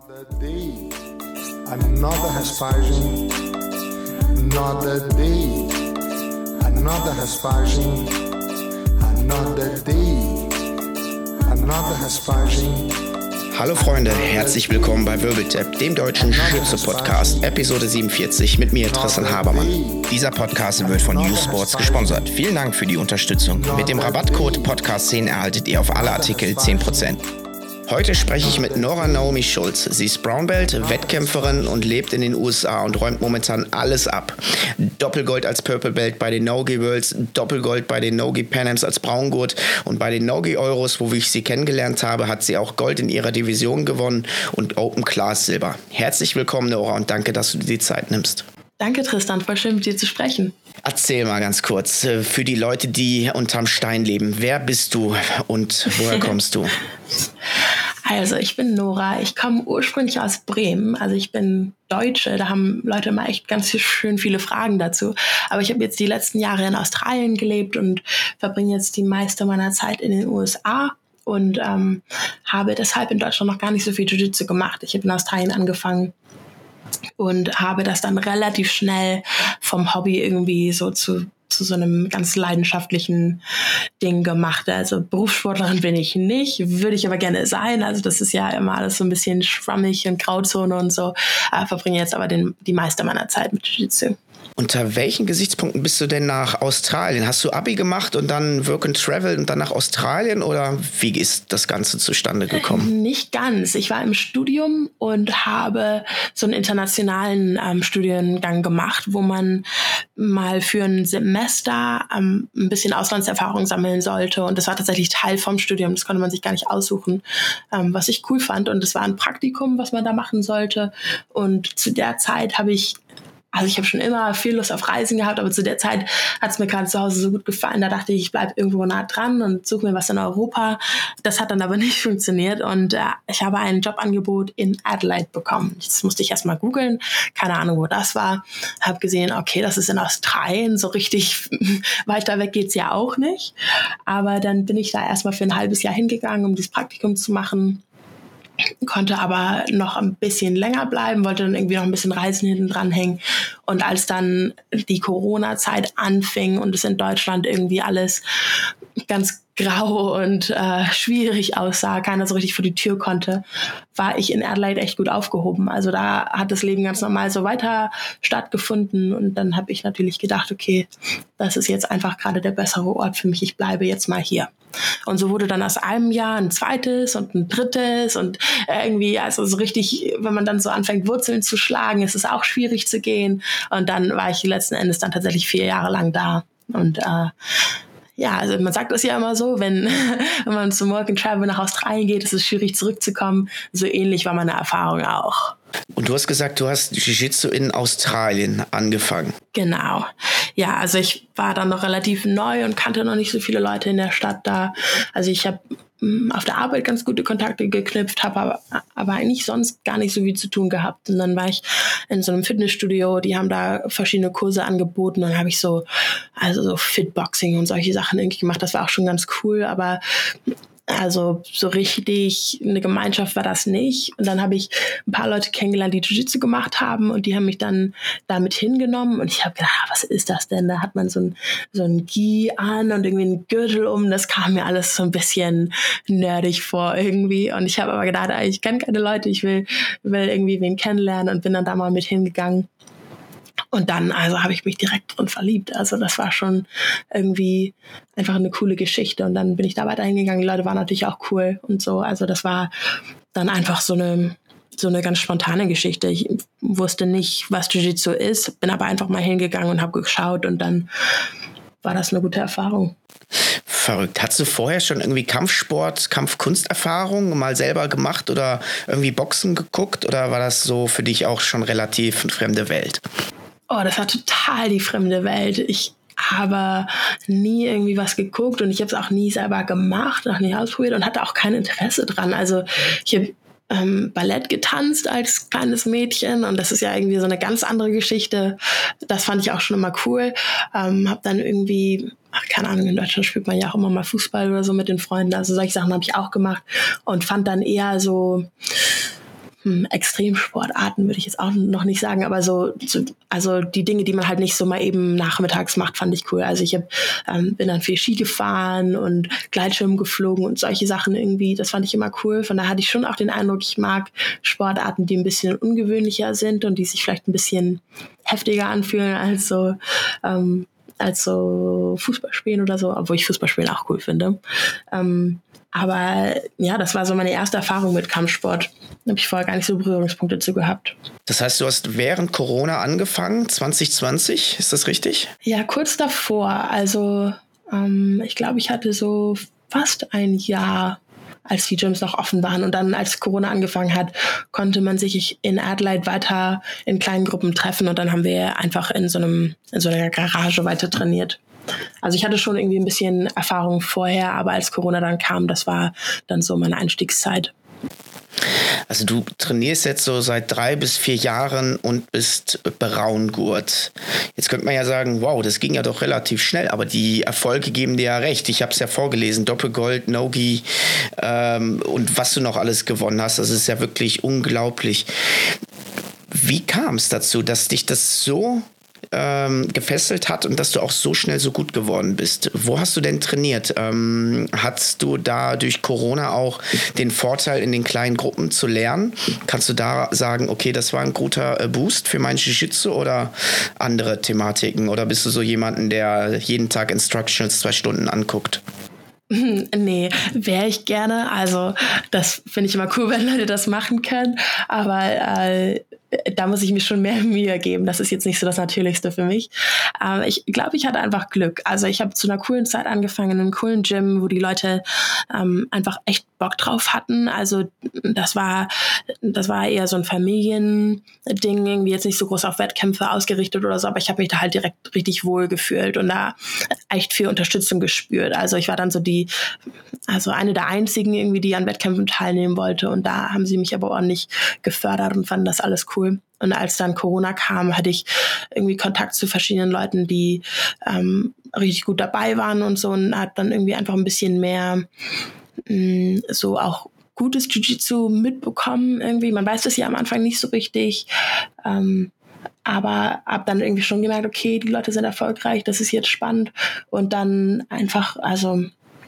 Another day, another Hespagem, another day, another Hespagem, another day, another Hespagem. Hallo Freunde, herzlich willkommen bei Wirbeltap, dem deutschen Schütze-Podcast, Episode 47 mit mir, Tristan Habermann. Dieser Podcast wird von U-Sports gesponsert. Vielen Dank für die Unterstützung. Mit dem Rabattcode Podcast10 erhaltet ihr auf alle Artikel 10%. Heute spreche ich mit Nora Naomi Schulz. Sie ist Brown Belt, Wettkämpferin und lebt in den USA und räumt momentan alles ab. Doppelgold als Purple Belt bei den No-Gi Worlds, Doppelgold bei den No-Gi Pan Ams als Braungurt und bei den No-Gi Euros, wo ich sie kennengelernt habe, hat sie auch Gold in ihrer Division gewonnen und Open Class Silber. Herzlich willkommen, Nora, und danke, dass du dir die Zeit nimmst. Danke, Tristan. Voll schön, mit dir zu sprechen. Erzähl mal ganz kurz, für die Leute, die unterm Stein leben, wer bist du und woher kommst du? Also, ich bin Nora. Ich komme ursprünglich aus Bremen. Also, ich bin Deutsche. Da haben Leute immer echt ganz schön viele Fragen dazu. Aber ich habe jetzt die letzten Jahre in Australien gelebt und verbringe jetzt die meiste meiner Zeit in den USA. Und habe deshalb in Deutschland noch gar nicht so viel Jiu-Jitsu gemacht. Ich habe in Australien angefangen und habe das dann relativ schnell vom Hobby irgendwie so zu so einem ganz leidenschaftlichen Ding gemacht. Also Berufssportlerin bin ich nicht, würde ich aber gerne sein. Also das ist ja immer alles so ein bisschen schwammig und Grauzone und so. Verbringe jetzt aber die meiste meiner Zeit mit Jiu-Jitsu. Unter welchen Gesichtspunkten bist du denn nach Australien? Hast du Abi gemacht und dann Work and Travel und dann nach Australien oder wie ist das Ganze zustande gekommen? Nicht ganz. Ich war im Studium und habe so einen internationalen Studiengang gemacht, wo man mal für ein Semester ein bisschen Auslandserfahrung sammeln sollte. Und das war tatsächlich Teil vom Studium. Das konnte man sich gar nicht aussuchen, was ich cool fand. Und das war ein Praktikum, was man da machen sollte. Und zu der Zeit habe ich schon immer viel Lust auf Reisen gehabt, aber zu der Zeit hat es mir gerade zu Hause so gut gefallen. Da dachte ich bleibe irgendwo nah dran und suche mir was in Europa. Das hat dann aber nicht funktioniert und ich habe ein Jobangebot in Adelaide bekommen. Das musste ich erst mal googeln, keine Ahnung, wo das war. Habe gesehen, okay, das ist in Australien, so richtig weiter weg geht's ja auch nicht. Aber dann bin ich da erstmal für ein halbes Jahr hingegangen, um dieses Praktikum zu machen. Konnte aber noch ein bisschen länger bleiben, wollte dann irgendwie noch ein bisschen Reisen hinten dran hängen. Und als dann die Corona-Zeit anfing und es in Deutschland irgendwie alles ganz grau und schwierig aussah, keiner so richtig vor die Tür konnte, war ich in Adelaide echt gut aufgehoben. Also da hat das Leben ganz normal so weiter stattgefunden und dann habe ich natürlich gedacht, okay, das ist jetzt einfach gerade der bessere Ort für mich, ich bleibe jetzt mal hier. Und so wurde dann aus einem Jahr ein zweites und ein drittes und irgendwie, also so richtig, wenn man dann so anfängt, Wurzeln zu schlagen, ist es auch schwierig zu gehen. Und dann war ich letzten Endes dann tatsächlich 4 Jahre lang da. Und also man sagt das ja immer so, wenn man zum Work and Travel nach Australien geht, ist es schwierig zurückzukommen. So ähnlich war meine Erfahrung auch. Und du hast gesagt, du hast Jiu-Jitsu in Australien angefangen. Genau. Ja, also ich war dann noch relativ neu und kannte noch nicht so viele Leute in der Stadt da. Also ich habe auf der Arbeit ganz gute Kontakte geknüpft, habe aber eigentlich sonst gar nicht so viel zu tun gehabt. Und dann war ich in so einem Fitnessstudio, die haben da verschiedene Kurse angeboten und dann habe ich so Fitboxing und solche Sachen irgendwie gemacht. Das war auch schon ganz cool, aber also so richtig eine Gemeinschaft war das nicht. Und dann habe ich ein paar Leute kennengelernt, die Jiu-Jitsu gemacht haben und die haben mich dann damit hingenommen und ich habe gedacht, was ist das denn? Da hat man so ein Gi an und irgendwie einen Gürtel um. Das kam mir alles so ein bisschen nerdig vor irgendwie. Und ich habe aber gedacht, ich kenne keine Leute, ich will irgendwie wen kennenlernen und bin dann da mal mit hingegangen. Und dann habe ich mich direkt drin verliebt. Also das war schon irgendwie einfach eine coole Geschichte. Und dann bin ich da weiter hingegangen. Die Leute waren natürlich auch cool und so. Also das war dann einfach so eine ganz spontane Geschichte. Ich wusste nicht, was Jiu-Jitsu ist, bin aber einfach mal hingegangen und habe geschaut und dann war das eine gute Erfahrung. Verrückt. Hattest du vorher schon irgendwie Kampfsport, Kampfkunsterfahrung mal selber gemacht oder irgendwie Boxen geguckt oder war das so für dich auch schon relativ eine fremde Welt? Oh, das war total die fremde Welt. Ich habe nie irgendwie was geguckt und ich habe es auch nie selber gemacht, auch nie ausprobiert und hatte auch kein Interesse dran. Also ich habe Ballett getanzt als kleines Mädchen und das ist ja irgendwie so eine ganz andere Geschichte. Das fand ich auch schon immer cool. Habe dann irgendwie, keine Ahnung, in Deutschland spielt man ja auch immer mal Fußball oder so mit den Freunden. Also solche Sachen habe ich auch gemacht und fand dann eher so Extremsportarten würde ich jetzt auch noch nicht sagen, aber also die Dinge, die man halt nicht so mal eben nachmittags macht, fand ich cool. Also ich bin dann viel Ski gefahren und Gleitschirm geflogen und solche Sachen irgendwie, das fand ich immer cool. Von daher hatte ich schon auch den Eindruck, ich mag Sportarten, die ein bisschen ungewöhnlicher sind und die sich vielleicht ein bisschen heftiger anfühlen als so Fußballspielen oder so, obwohl ich Fußballspielen auch cool finde. Aber ja, das war so meine erste Erfahrung mit Kampfsport. Da habe ich vorher gar nicht so Berührungspunkte zu gehabt. Das heißt, du hast während Corona angefangen, 2020, ist das richtig? Ja, kurz davor. Also ich glaube, ich hatte so fast ein Jahr, als die Gyms noch offen waren. Und dann, als Corona angefangen hat, konnte man sich in Adelaide weiter in kleinen Gruppen treffen. Und dann haben wir einfach in so einer Garage weiter trainiert. Also ich hatte schon irgendwie ein bisschen Erfahrung vorher, aber als Corona dann kam, das war dann so meine Einstiegszeit. Also du trainierst jetzt so seit 3 bis 4 Jahren und bist Braungurt. Jetzt könnte man ja sagen, wow, das ging ja doch relativ schnell, aber die Erfolge geben dir ja recht. Ich habe es ja vorgelesen, Doppelgold, No-Gi und was du noch alles gewonnen hast, das ist ja wirklich unglaublich. Wie kam es dazu, dass dich das so gefesselt hat und dass du auch so schnell so gut geworden bist? Wo hast du denn trainiert? Hattest du da durch Corona auch den Vorteil, in den kleinen Gruppen zu lernen? Kannst du da sagen, okay, das war ein guter Boost für mein Jiu-Jitsu oder andere Thematiken? Oder bist du so jemanden, der jeden Tag Instructionals 2 Stunden anguckt? Nee, wäre ich gerne. Also das finde ich immer cool, wenn Leute das machen können. Aber da muss ich mir schon mehr Mühe geben. Das ist jetzt nicht so das Natürlichste für mich. Ich glaube, ich hatte einfach Glück. Also ich habe zu einer coolen Zeit angefangen, in einem coolen Gym, wo die Leute einfach echt Bock drauf hatten. Also das war eher so ein Familiending, irgendwie jetzt nicht so groß auf Wettkämpfe ausgerichtet oder so, aber ich habe mich da halt direkt richtig wohl gefühlt und da echt viel Unterstützung gespürt. Also ich war dann eine der einzigen irgendwie, die an Wettkämpfen teilnehmen wollte und da haben sie mich aber ordentlich gefördert und fanden das alles cool. Und als dann Corona kam, hatte ich irgendwie Kontakt zu verschiedenen Leuten, die richtig gut dabei waren und so und hat dann irgendwie einfach ein bisschen mehr so auch gutes Jiu-Jitsu mitbekommen irgendwie. Man weiß das ja am Anfang nicht so richtig, aber habe dann irgendwie schon gemerkt, okay, die Leute sind erfolgreich, das ist jetzt spannend und dann einfach, also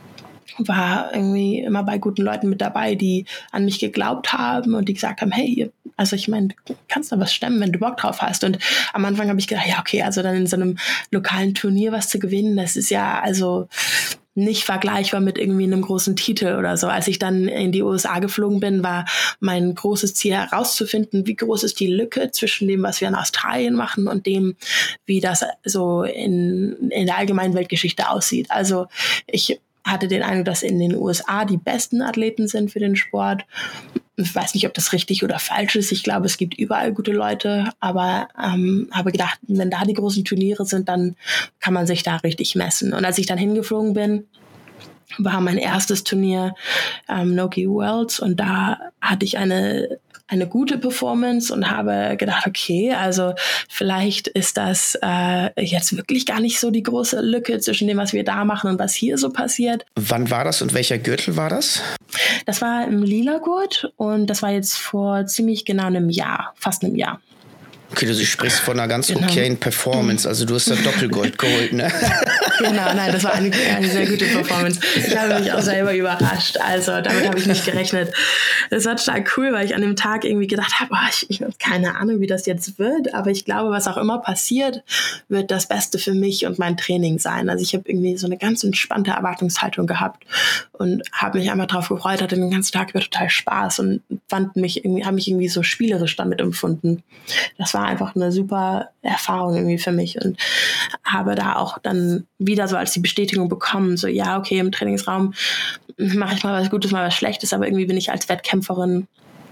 war irgendwie immer bei guten Leuten mit dabei, die an mich geglaubt haben und die gesagt haben, hey, also ich meine, du kannst da was stemmen, wenn du Bock drauf hast. Und am Anfang habe ich gedacht, ja, okay, also dann in so einem lokalen Turnier was zu gewinnen, das ist ja also nicht vergleichbar mit irgendwie einem großen Titel oder so. Als ich dann in die USA geflogen bin, war mein großes Ziel herauszufinden, wie groß ist die Lücke zwischen dem, was wir in Australien machen und dem, wie das so in der allgemeinen Weltgeschichte aussieht. Also ich hatte den Eindruck, dass in den USA die besten Athleten sind für den Sport. Ich weiß nicht, ob das richtig oder falsch ist. Ich glaube, es gibt überall gute Leute, aber habe gedacht, wenn da die großen Turniere sind, dann kann man sich da richtig messen. Und als ich dann hingeflogen bin, war mein erstes Turnier No-Gi Worlds und da hatte ich eine gute Performance und habe gedacht, okay, also vielleicht ist das jetzt wirklich gar nicht so die große Lücke zwischen dem, was wir da machen und was hier so passiert. Wann war das und welcher Gürtel war das? Das war im Lila-Gurt und das war jetzt vor ziemlich genau einem Jahr, fast einem Jahr. Okay, du sprichst von einer ganz okayen Performance, also du hast da Doppelgold geholt, ne? Genau, nein, das war eine sehr gute Performance. Ich habe mich auch selber überrascht, also damit habe ich nicht gerechnet. Das war total cool, weil ich an dem Tag irgendwie gedacht habe, ich habe keine Ahnung, wie das jetzt wird, aber ich glaube, was auch immer passiert, wird das Beste für mich und mein Training sein. Also ich habe irgendwie so eine ganz entspannte Erwartungshaltung gehabt und habe mich einfach drauf gefreut, hatte den ganzen Tag über total Spaß und habe mich irgendwie so spielerisch damit empfunden. Das war einfach eine super Erfahrung irgendwie für mich und habe da auch dann wieder so als die Bestätigung bekommen, so ja, okay, im Trainingsraum mache ich mal was Gutes, mal was Schlechtes, aber irgendwie bin ich als Wettkämpferin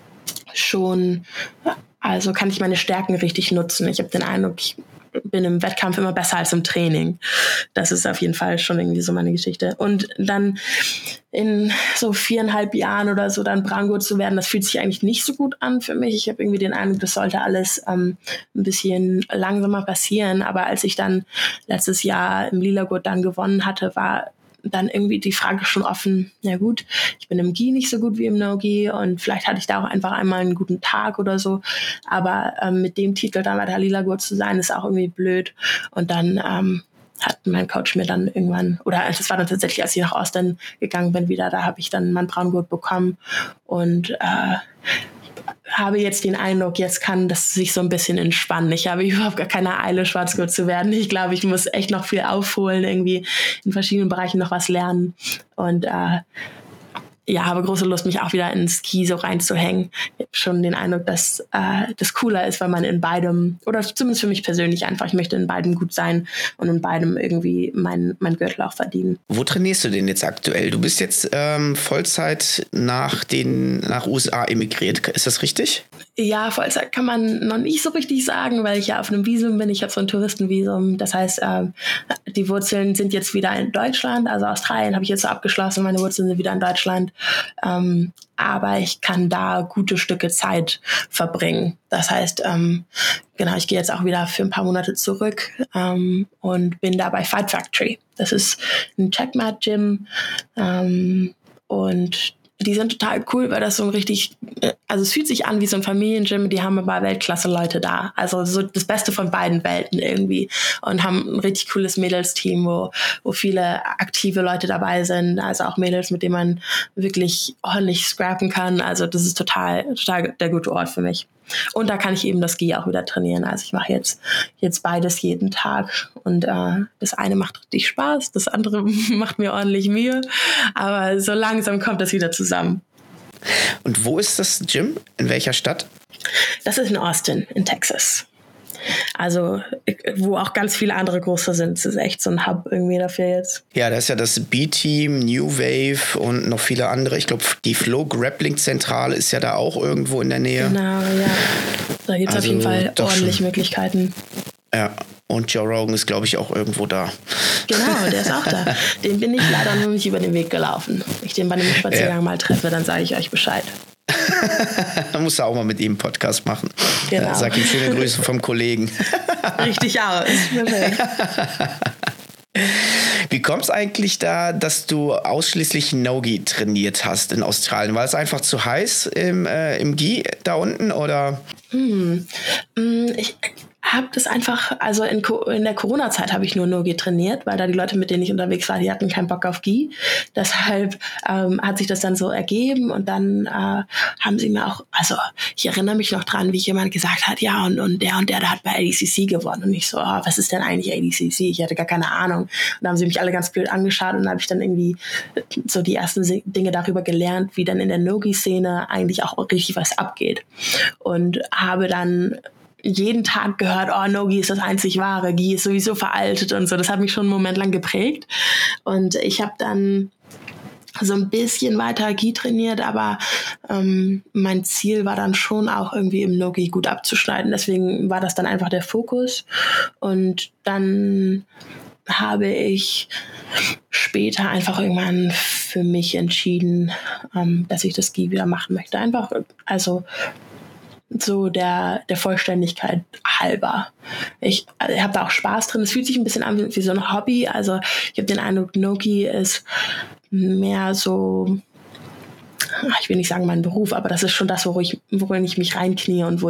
schon, also kann ich meine Stärken richtig nutzen. Ich habe den Eindruck, ich bin im Wettkampf immer besser als im Training. Das ist auf jeden Fall schon irgendwie so meine Geschichte. Und dann in so 4,5 Jahren oder so dann Braungurt zu werden, das fühlt sich eigentlich nicht so gut an für mich. Ich habe irgendwie den Eindruck, das sollte alles ein bisschen langsamer passieren. Aber als ich dann letztes Jahr im Lila-Gurt dann gewonnen hatte, war dann irgendwie die Frage schon offen, ja gut, ich bin im Gi nicht so gut wie im No-Gi und vielleicht hatte ich da auch einfach einmal einen guten Tag oder so, aber mit dem Titel dann bei der Lila Gurt zu sein, ist auch irgendwie blöd. Und dann hat mein Coach mir dann irgendwann, oder das war dann tatsächlich, als ich nach Austin gegangen bin wieder, da habe ich dann meinen Braungurt bekommen und habe jetzt den Eindruck, jetzt kann das sich so ein bisschen entspannen. Ich habe überhaupt gar keine Eile, Schwarzgurt zu werden. Ich glaube, ich muss echt noch viel aufholen, irgendwie in verschiedenen Bereichen noch was lernen und habe große Lust, mich auch wieder ins Ski so reinzuhängen. Ich habe schon den Eindruck, dass das cooler ist, weil man in beidem, oder zumindest für mich persönlich einfach, ich möchte in beidem gut sein und in beidem irgendwie mein Gürtel auch verdienen. Wo trainierst du denn jetzt aktuell? Du bist jetzt Vollzeit nach USA emigriert, ist das richtig? Ja, Vollzeit kann man noch nicht so richtig sagen, weil ich ja auf einem Visum bin. Ich habe so ein Touristenvisum. Das heißt, die Wurzeln sind jetzt wieder in Deutschland. Also Australien habe ich jetzt so abgeschlossen. Meine Wurzeln sind wieder in Deutschland. Aber ich kann da gute Stücke Zeit verbringen. Das heißt, ich gehe jetzt auch wieder für ein paar Monate zurück und bin da bei Fight Factory. Das ist ein Checkmat-Gym und die sind total cool, weil das so ein richtig, also es fühlt sich an wie so ein Familiengym, die haben aber Weltklasse-Leute da. Also so das Beste von beiden Welten irgendwie und haben ein richtig cooles Mädels-Team, wo viele aktive Leute dabei sind, also auch Mädels, mit denen man wirklich ordentlich scrappen kann. Also das ist total der gute Ort für mich. Und da kann ich eben das Gi auch wieder trainieren. Also ich mache jetzt beides jeden Tag. Und das eine macht richtig Spaß, das andere macht mir ordentlich Mühe. Aber so langsam kommt das wieder zusammen. Und wo ist das Gym? In welcher Stadt? Das ist in Austin, in Texas. Also, wo auch ganz viele andere große sind. Das ist echt so ein Hub irgendwie dafür jetzt. Ja, da ist ja das B-Team, New Wave und noch viele andere. Ich glaube, die Flow Grappling Zentrale ist ja da auch irgendwo in der Nähe. Genau, ja. Da gibt es auf jeden Fall ordentlich Möglichkeiten. Ja, und Joe Rogan ist, glaube ich, auch irgendwo da. Genau, der ist auch da. Den bin ich leider noch nicht über den Weg gelaufen. Wenn ich den bei einem Spaziergang mal treffe, dann sage ich euch Bescheid. Dann musst du auch mal mit ihm einen Podcast machen. Genau. Sag ihm schöne Grüße vom Kollegen. Richtig aus. Wie kommt es eigentlich da, dass du ausschließlich No-Gi trainiert hast in Australien? War es einfach zu heiß im Gi da unten, oder? Ich habe das einfach, also in der Corona-Zeit habe ich nur No-Gi trainiert, weil da die Leute, mit denen ich unterwegs war, die hatten keinen Bock auf Gi. Deshalb hat sich das dann so ergeben und dann haben sie mir auch, also ich erinnere mich noch dran, wie jemand gesagt hat, ja und der hat bei ADCC gewonnen und ich so, was ist denn eigentlich ADCC? Ich hatte gar keine Ahnung. Und da haben sie mich alle ganz blöd angeschaut und da habe ich dann irgendwie so die ersten Dinge darüber gelernt, wie dann in der No-Gi-Szene eigentlich auch richtig was abgeht und habe dann jeden Tag gehört, No-Gi ist das einzig wahre, Gi ist sowieso veraltet und so. Das hat mich schon einen Moment lang geprägt. Und ich habe dann so ein bisschen weiter Gi trainiert, aber mein Ziel war dann schon auch irgendwie im No-Gi gut abzuschneiden. Deswegen war das dann einfach der Fokus. Und dann habe ich später einfach irgendwann für mich entschieden, dass ich das Gi wieder machen möchte. Einfach, also so der Vollständigkeit halber. Ich habe da auch Spaß drin. Es fühlt sich ein bisschen an wie so ein Hobby. Also ich habe den Eindruck, No-Gi ist mehr so, ich will nicht sagen mein Beruf, aber das ist schon das, worin ich mich reinknie und wo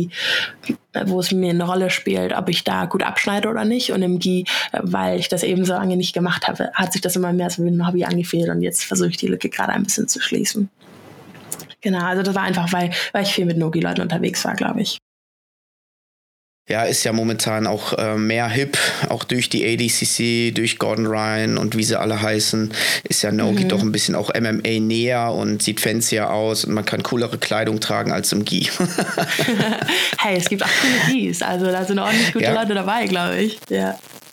es mir eine Rolle spielt, ob ich da gut abschneide oder nicht. Und im Gi, weil ich das eben so lange nicht gemacht habe, hat sich das immer mehr so wie ein Hobby angefühlt und jetzt versuche ich die Lücke gerade ein bisschen zu schließen. Genau, also das war einfach, weil ich viel mit No-Gi-Leuten unterwegs war, glaube ich. Ja, ist ja momentan auch mehr hip, auch durch die ADCC, durch Gordon Ryan und wie sie alle heißen, ist ja No-Gi doch ein bisschen auch MMA näher und sieht fancier aus und man kann coolere Kleidung tragen als im Gi. Hey, es gibt auch coole Gis, also da sind ordentlich gute Leute dabei, glaube ich. Ja.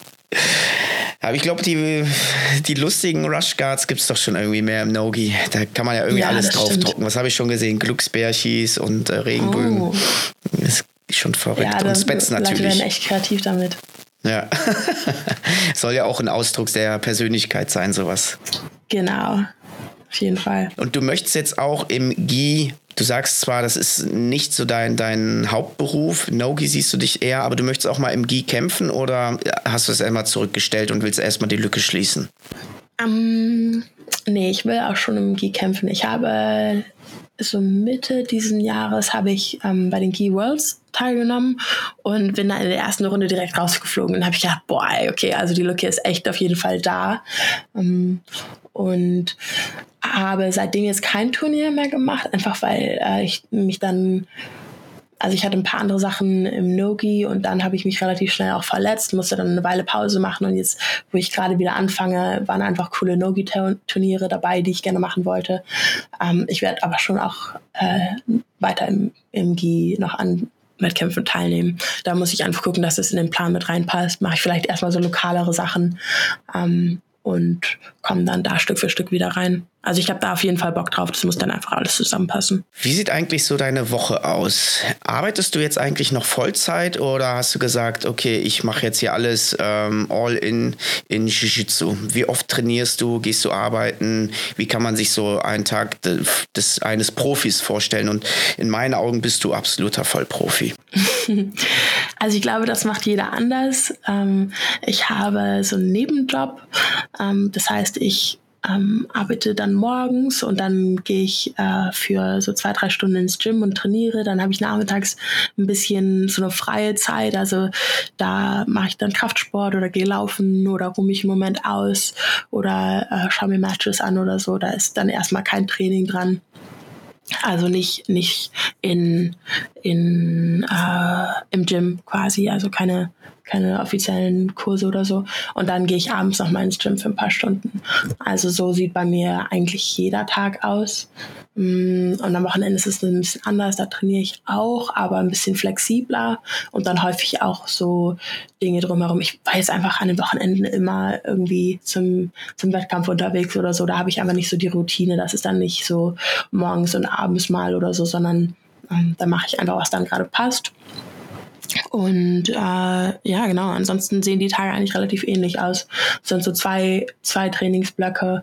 Aber ich glaube, die lustigen Rush Guards gibt es doch schon irgendwie mehr im No-Gi. Da kann man ja irgendwie alles draufdrucken. Was habe ich schon gesehen? Glücksbärchis und Regenbögen. Oh. Das ist schon verrückt. Ja, und Spets natürlich. Leute werden echt kreativ damit. Ja. Soll ja auch ein Ausdruck der Persönlichkeit sein, sowas. Genau. Auf jeden Fall. Und du möchtest jetzt auch im Gi, du sagst zwar, das ist nicht so dein Hauptberuf, No-Gi siehst du dich eher, aber du möchtest auch mal im Gi kämpfen oder hast du es einmal zurückgestellt und willst erstmal die Lücke schließen? Nee, ich will auch schon im GI kämpfen. Ich habe so Mitte diesen Jahres habe ich bei den GI Worlds teilgenommen und bin dann in der ersten Runde direkt rausgeflogen. Und habe ich gedacht, boah, okay, also die Lücke ist echt auf jeden Fall da. Und habe seitdem jetzt kein Turnier mehr gemacht, einfach weil ich mich dann... Also ich hatte ein paar andere Sachen im No-Gi und dann habe ich mich relativ schnell auch verletzt, musste dann eine Weile Pause machen und jetzt, wo ich gerade wieder anfange, waren einfach coole No-Gi-Turniere dabei, die ich gerne machen wollte. Ich werde aber schon auch weiter im Gi noch an Wettkämpfen teilnehmen. Da muss ich einfach gucken, dass es in den Plan mit reinpasst. Mache ich vielleicht erstmal so lokalere Sachen und komme dann da Stück für Stück wieder rein. Also ich habe da auf jeden Fall Bock drauf. Das muss dann einfach alles zusammenpassen. Wie sieht eigentlich so deine Woche aus? Arbeitest du jetzt eigentlich noch Vollzeit oder hast du gesagt, okay, ich mache jetzt hier alles all in Jiu-Jitsu? Wie oft trainierst du? Gehst du arbeiten? Wie kann man sich so einen Tag eines Profis vorstellen? Und in meinen Augen bist du absoluter Vollprofi. Also ich glaube, das macht jeder anders. Ich habe so einen Nebenjob. Das heißt, ich arbeite dann morgens und dann gehe ich für so 2-3 Stunden ins Gym und trainiere. Dann habe ich nachmittags ein bisschen so eine freie Zeit. Also da mache ich dann Kraftsport oder gehe laufen oder ruhe mich einen Moment aus oder schaue mir Matches an oder so. Da ist dann erstmal kein Training dran. Also nicht im Gym quasi, also keine offiziellen Kurse oder so. Und dann gehe ich abends noch mal ins Gym für ein paar Stunden. Also so sieht bei mir eigentlich jeder Tag aus. Und am Wochenende ist es ein bisschen anders, da trainiere ich auch, aber ein bisschen flexibler und dann häufig auch so Dinge drumherum. Ich war jetzt einfach an den Wochenenden immer irgendwie zum Wettkampf unterwegs oder so. Da habe ich einfach nicht so die Routine. Das ist dann nicht so morgens und abends mal oder so, sondern da mache ich einfach, was dann gerade passt. Und ja, genau, ansonsten sehen die Tage eigentlich relativ ähnlich aus. Es sind so zwei Trainingsblöcke.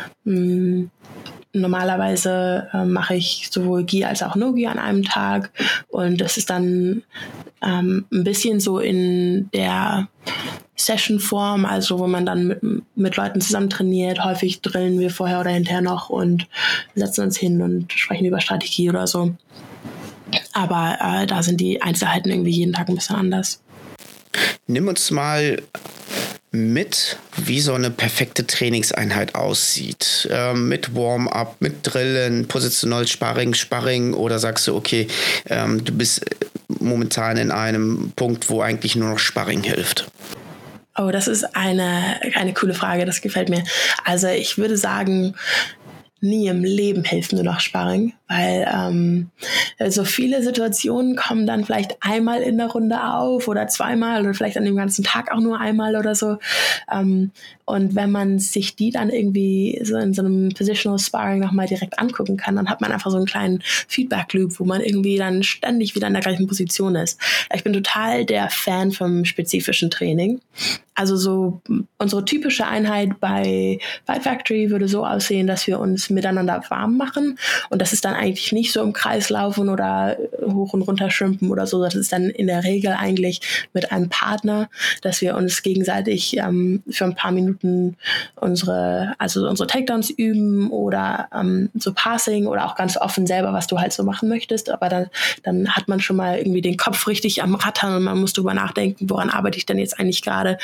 Normalerweise mache ich sowohl GI als auch No-Gi an einem Tag und das ist dann ein bisschen so in der Session-Form, also wo man dann mit Leuten zusammen trainiert. Häufig drillen wir vorher oder hinterher noch und setzen uns hin und sprechen über Strategie oder so. Aber da sind die Einzelheiten irgendwie jeden Tag ein bisschen anders. Nimm uns mal mit, wie so eine perfekte Trainingseinheit aussieht. Mit Warm-up, mit Drillen, positionell Sparring oder sagst du, okay, du bist momentan in einem Punkt, wo eigentlich nur noch Sparring hilft? Oh, das ist eine coole Frage, das gefällt mir. Also ich würde sagen, nie im Leben hilft nur noch Sparring, weil so viele Situationen kommen dann vielleicht einmal in der Runde auf oder zweimal oder vielleicht an dem ganzen Tag auch nur einmal oder so. Und wenn man sich die dann irgendwie so in so einem Positional Sparring nochmal direkt angucken kann, dann hat man einfach so einen kleinen Feedback-Loop, wo man irgendwie dann ständig wieder in der gleichen Position ist. Ich bin total der Fan vom spezifischen Training. Also so unsere typische Einheit bei Fight Factory würde so aussehen, dass wir uns miteinander warm machen und das ist dann eigentlich nicht so im Kreis laufen oder hoch und runter schwimmen oder so. Das ist dann in der Regel eigentlich mit einem Partner, dass wir uns gegenseitig für ein paar Minuten unsere Takedowns üben oder so Passing oder auch ganz offen selber, was du halt so machen möchtest. Aber dann hat man schon mal irgendwie den Kopf richtig am Rattern und man muss drüber nachdenken, woran arbeite ich denn jetzt eigentlich gerade.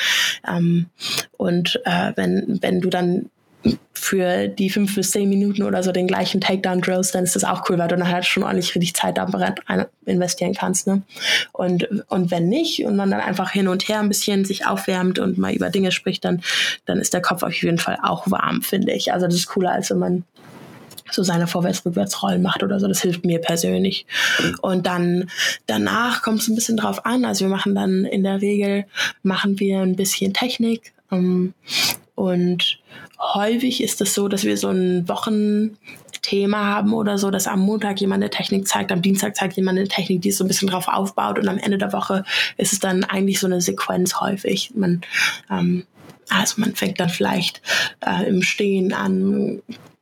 Wenn du dann für die 5 bis 10 Minuten oder so den gleichen Takedown drillst, dann ist das auch cool, weil du dann halt schon ordentlich richtig Zeit da investieren kannst. Ne? Und wenn nicht und man dann einfach hin und her ein bisschen sich aufwärmt und mal über Dinge spricht, dann ist der Kopf auf jeden Fall auch warm, finde ich. Also das ist cooler, als wenn man so seine Vorwärts-Rückwärts-Rollen macht oder so. Das hilft mir persönlich. Und dann danach kommt es ein bisschen drauf an. Also wir machen dann in der Regel ein bisschen Technik. Und häufig ist es so, dass wir so ein Wochenthema haben oder so, dass am Montag jemand eine Technik zeigt, am Dienstag zeigt jemand eine Technik, die so ein bisschen drauf aufbaut und am Ende der Woche ist es dann eigentlich so eine Sequenz häufig. Man fängt dann vielleicht im Stehen an,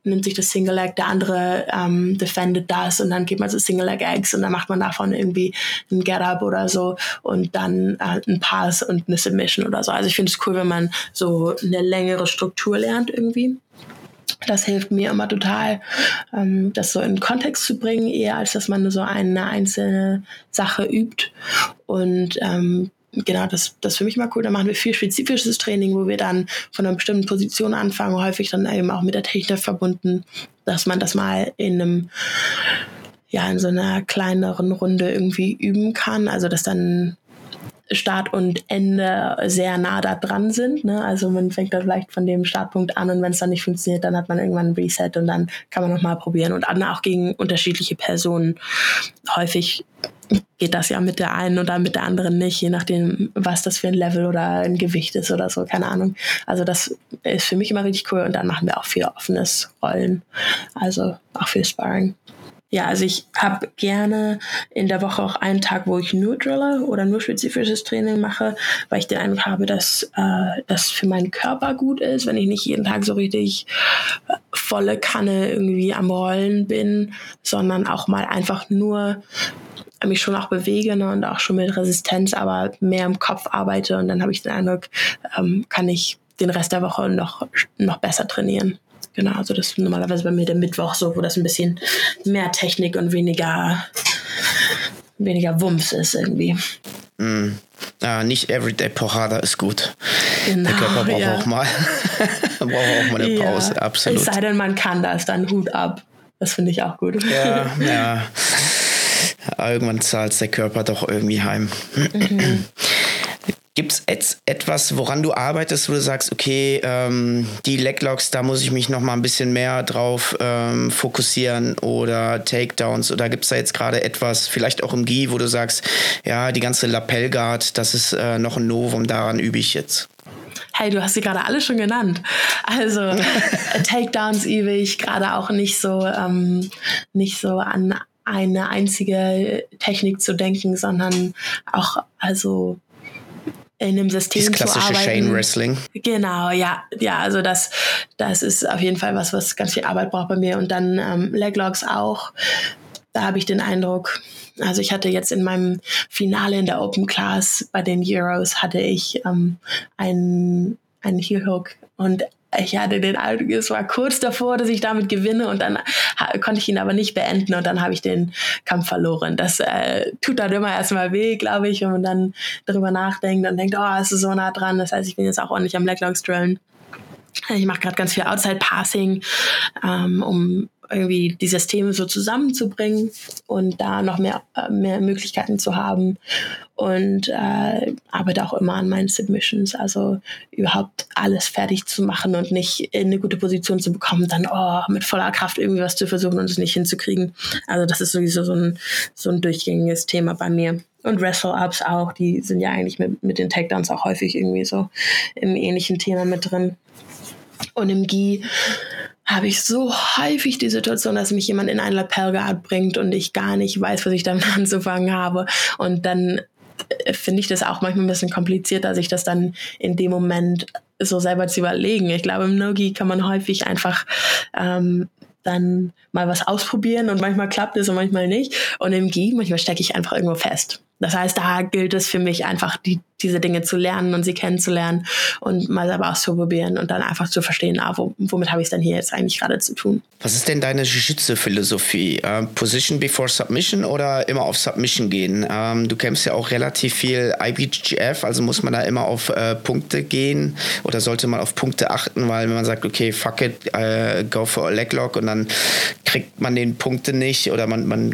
nimmt sich das Single Leg, der andere defendet das und dann geht man so Single Leg Eggs und dann macht man davon irgendwie ein Get-Up oder so und dann ein Pass und eine Submission oder so. Also ich finde es cool, wenn man so eine längere Struktur lernt irgendwie. Das hilft mir immer total, das so in Kontext zu bringen, eher als dass man so eine einzelne Sache übt. Und genau, das ist für mich mal cool. Da machen wir viel spezifisches Training, wo wir dann von einer bestimmten Position anfangen, häufig dann eben auch mit der Technik verbunden, dass man das mal in so einer kleineren Runde irgendwie üben kann. Also dass dann Start und Ende sehr nah da dran sind. Ne? Also man fängt dann vielleicht von dem Startpunkt an und wenn es dann nicht funktioniert, dann hat man irgendwann ein Reset und dann kann man nochmal probieren. Und auch gegen unterschiedliche Personen. Häufig geht das ja mit der einen oder mit der anderen nicht, je nachdem, was das für ein Level oder ein Gewicht ist oder so, keine Ahnung. Also das ist für mich immer richtig cool und dann machen wir auch viel offenes Rollen, also auch viel Sparring. Ja, also ich habe gerne in der Woche auch einen Tag, wo ich nur drille oder nur spezifisches Training mache, weil ich den Eindruck habe, dass das für meinen Körper gut ist, wenn ich nicht jeden Tag so richtig volle Kanne irgendwie am Rollen bin, sondern auch mal einfach nur mich schon auch bewege, ne, und auch schon mit Resistenz, aber mehr im Kopf arbeite und dann habe ich den Eindruck, kann ich den Rest der Woche noch besser trainieren. Genau, also das ist normalerweise bei mir der Mittwoch so, wo das ein bisschen mehr Technik und weniger Wumms ist irgendwie. Nicht everyday Porrada ist gut. Genau, der Körper braucht auch mal eine Pause, absolut. Es sei denn, man kann das, dann Hut ab. Das finde ich auch gut. Ja. Irgendwann zahlt der Körper doch irgendwie heim. Mhm. Gibt es etwas, woran du arbeitest, wo du sagst, okay, die Leglocks, da muss ich mich noch mal ein bisschen mehr drauf fokussieren oder Takedowns, oder gibt es da jetzt gerade etwas, vielleicht auch im Gi, wo du sagst, ja, die ganze Lapel Guard, das ist noch ein Novum, daran übe ich jetzt? Hey, du hast sie gerade alle schon genannt. Also Takedowns übe ich gerade auch nicht so an eine einzige Technik zu denken, sondern auch in dem System zu arbeiten. Das klassische Chain Wrestling. Genau, ja, also das ist auf jeden Fall was ganz viel Arbeit braucht bei mir. Und dann Leglocks auch. Da habe ich den Eindruck, also ich hatte jetzt in meinem Finale in der Open Class bei den Euros hatte ich einen Heel Hook und ich hatte den Eindruck, es war kurz davor, dass ich damit gewinne und dann konnte ich ihn aber nicht beenden und dann habe ich den Kampf verloren. Das tut dann immer erstmal weh, glaube ich, wenn man dann darüber nachdenkt und denkt, oh, es ist so nah dran. Das heißt, ich bin jetzt auch ordentlich am Leglocks drillen. Ich mache gerade ganz viel Outside-Passing, um irgendwie die Systeme so zusammenzubringen und da noch mehr Möglichkeiten zu haben und arbeite auch immer an meinen Submissions, also überhaupt alles fertig zu machen und nicht in eine gute Position zu bekommen, dann mit voller Kraft irgendwie was zu versuchen und es nicht hinzukriegen. Also das ist sowieso so ein durchgängiges Thema bei mir. Und Wrestle-Ups auch, die sind ja eigentlich mit den Takedowns auch häufig irgendwie so im ähnlichen Thema mit drin. Und im Gi habe ich so häufig die Situation, dass mich jemand in einen Lapel Guard bringt und ich gar nicht weiß, was ich damit anzufangen habe. Und dann finde ich das auch manchmal ein bisschen komplizierter, sich das dann in dem Moment so selber zu überlegen. Ich glaube, im No-Gi kann man häufig einfach dann mal was ausprobieren und manchmal klappt es und manchmal nicht. Und im Gi, manchmal stecke ich einfach irgendwo fest. Das heißt, da gilt es für mich einfach, diese Dinge zu lernen und sie kennenzulernen und mal selber auszuprobieren und dann einfach zu verstehen, womit habe ich es denn hier jetzt eigentlich gerade zu tun. Was ist denn deine Jiu-Jitsu-Philosophie? Position before Submission oder immer auf Submission gehen? Du kämpfst ja auch relativ viel IBJJF, also muss man da immer auf Punkte gehen oder sollte man auf Punkte achten, weil wenn man sagt, okay, fuck it, go for a Leglock und dann kriegt man den Punkte nicht oder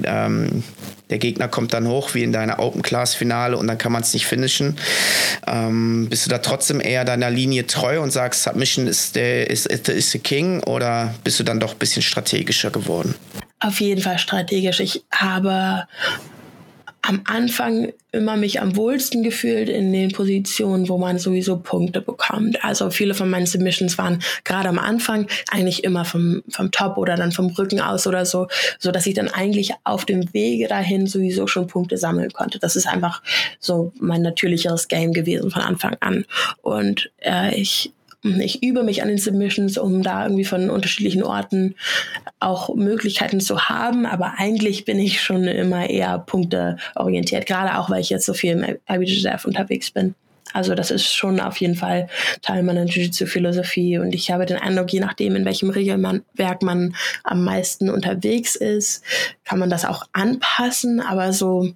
der Gegner kommt dann hoch wie in deiner Open-Class-Finale und dann kann man es nicht finishen. Bist du da trotzdem eher deiner Linie treu und sagst, Submission is the king, oder bist du dann doch ein bisschen strategischer geworden? Auf jeden Fall strategisch. Ich habe am Anfang immer mich am wohlsten gefühlt in den Positionen, wo man sowieso Punkte bekommt. Also viele von meinen Submissions waren gerade am Anfang eigentlich immer vom Top oder dann vom Rücken aus oder so dass ich dann eigentlich auf dem Wege dahin sowieso schon Punkte sammeln konnte. Das ist einfach so mein natürlicheres Game gewesen von Anfang an. Und ich ich übe mich an den Submissions, um da irgendwie von unterschiedlichen Orten auch Möglichkeiten zu haben. Aber eigentlich bin ich schon immer eher punkteorientiert, gerade auch, weil ich jetzt so viel im IBJJF unterwegs bin. Also das ist schon auf jeden Fall Teil meiner Jiu-Jitsu-Philosophie und ich habe den Eindruck, je nachdem, in welchem Regelwerk man am meisten unterwegs ist, kann man das auch anpassen, aber so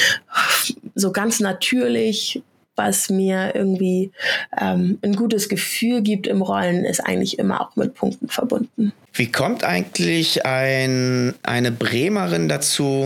ganz natürlich, was mir irgendwie ein gutes Gefühl gibt im Rollen, ist eigentlich immer auch mit Punkten verbunden. Wie kommt eigentlich eine Bremerin dazu,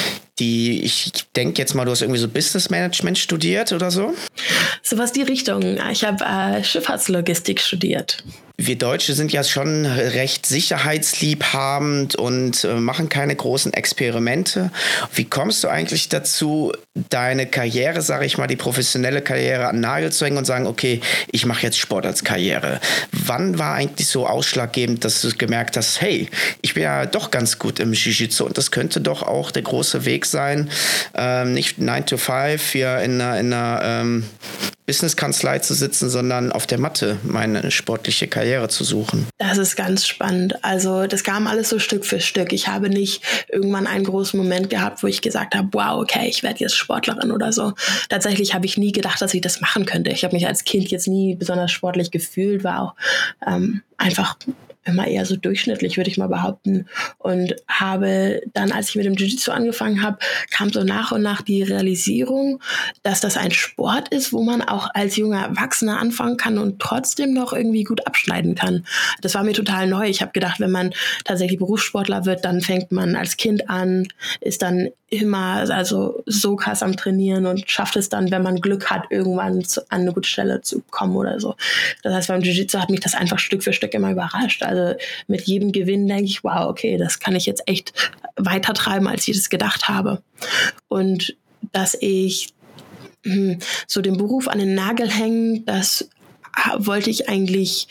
ich denke jetzt mal, du hast irgendwie so Business Management studiert oder so? So was die Richtung. Ich habe Schifffahrtslogistik studiert. Wir Deutsche sind ja schon recht sicherheitsliebhabend und machen keine großen Experimente. Wie kommst du eigentlich dazu, deine Karriere, sage ich mal, die professionelle Karriere an den Nagel zu hängen und sagen, okay, ich mache jetzt Sport als Karriere? Wann war eigentlich so ausschlaggebend, dass du gemerkt hast, hey, ich bin ja doch ganz gut im Jiu-Jitsu und das könnte doch auch der große Weg sein, nicht 9 to 5 hier in einer Business-Kanzlei zu sitzen, sondern auf der Matte meine sportliche Karriere zu suchen? Das ist ganz spannend. Also das kam alles so Stück für Stück. Ich habe nicht irgendwann einen großen Moment gehabt, wo ich gesagt habe, wow, okay, ich werde jetzt Sportlerin oder so. Tatsächlich habe ich nie gedacht, dass ich das machen könnte. Ich habe mich als Kind jetzt nie besonders sportlich gefühlt, war auch einfach immer eher so durchschnittlich, würde ich mal behaupten. Und habe dann, als ich mit dem Jiu-Jitsu angefangen habe, kam so nach und nach die Realisierung, dass das ein Sport ist, wo man auch als junger Erwachsener anfangen kann und trotzdem noch irgendwie gut abschneiden kann. Das war mir total neu. Ich habe gedacht, wenn man tatsächlich Berufssportler wird, dann fängt man als Kind an, ist dann immer so krass am Trainieren und schafft es dann, wenn man Glück hat, irgendwann an eine gute Stelle zu kommen oder so. Das heißt, beim Jiu-Jitsu hat mich das einfach Stück für Stück immer überrascht. Also mit jedem Gewinn denke ich, wow, okay, das kann ich jetzt echt weiter treiben, als ich das gedacht habe. Und dass ich so den Beruf an den Nagel hängen, das wollte ich eigentlich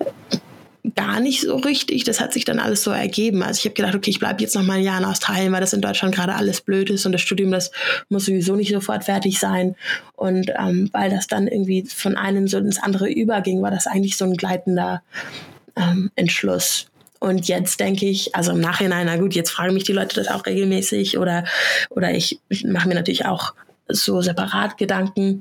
gar nicht so richtig. Das hat sich dann alles so ergeben. Also ich habe gedacht, okay, ich bleibe jetzt noch mal ein Jahr in Australien, weil das in Deutschland gerade alles blöd ist und das Studium, das muss sowieso nicht sofort fertig sein. Und weil das dann irgendwie von einem so ins andere überging, war das eigentlich so ein gleitender Entschluss. Und jetzt denke ich, also im Nachhinein, na gut, jetzt fragen mich die Leute das auch regelmäßig oder ich mache mir natürlich auch so separat Gedanken.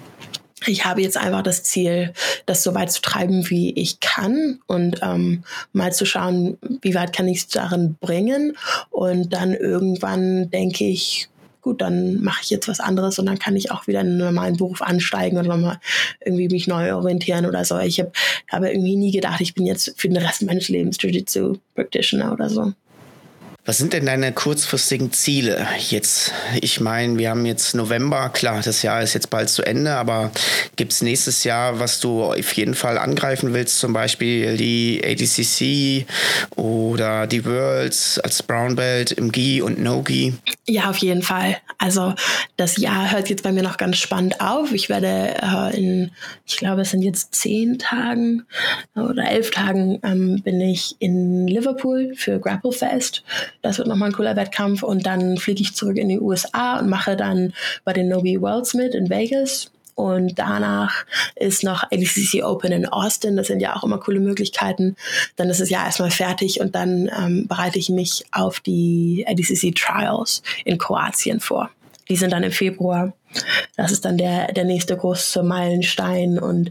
Ich habe jetzt einfach das Ziel, das so weit zu treiben, wie ich kann und mal zu schauen, wie weit kann ich es darin bringen. Und dann irgendwann denke ich, gut, dann mache ich jetzt was anderes und dann kann ich auch wieder in einen normalen Beruf ansteigen oder nochmal irgendwie mich neu orientieren oder so. Ich habe irgendwie nie gedacht, ich bin jetzt für den Rest meines Lebens Jiu-Jitsu-Practitioner oder so. Was sind denn deine kurzfristigen Ziele jetzt? Ich meine, wir haben jetzt November, klar, das Jahr ist jetzt bald zu Ende, aber gibt es nächstes Jahr, was du auf jeden Fall angreifen willst, zum Beispiel die ADCC oder die Worlds als Brown Belt im Gi und No-Gi? Ja, auf jeden Fall. Also das Jahr hört jetzt bei mir noch ganz spannend auf. Ich werde ich glaube, es sind jetzt 10 Tagen oder 11 Tagen bin ich in Liverpool für Grapple Fest. Das wird nochmal ein cooler Wettkampf und dann fliege ich zurück in die USA und mache dann bei den No-Gi Worlds mit in Vegas. Und danach ist noch ADCC Open in Austin. Das sind ja auch immer coole Möglichkeiten. Dann ist das Jahr erstmal fertig und dann bereite ich mich auf die ADCC Trials in Kroatien vor. Die sind dann im Februar. Das ist dann der nächste große Meilenstein und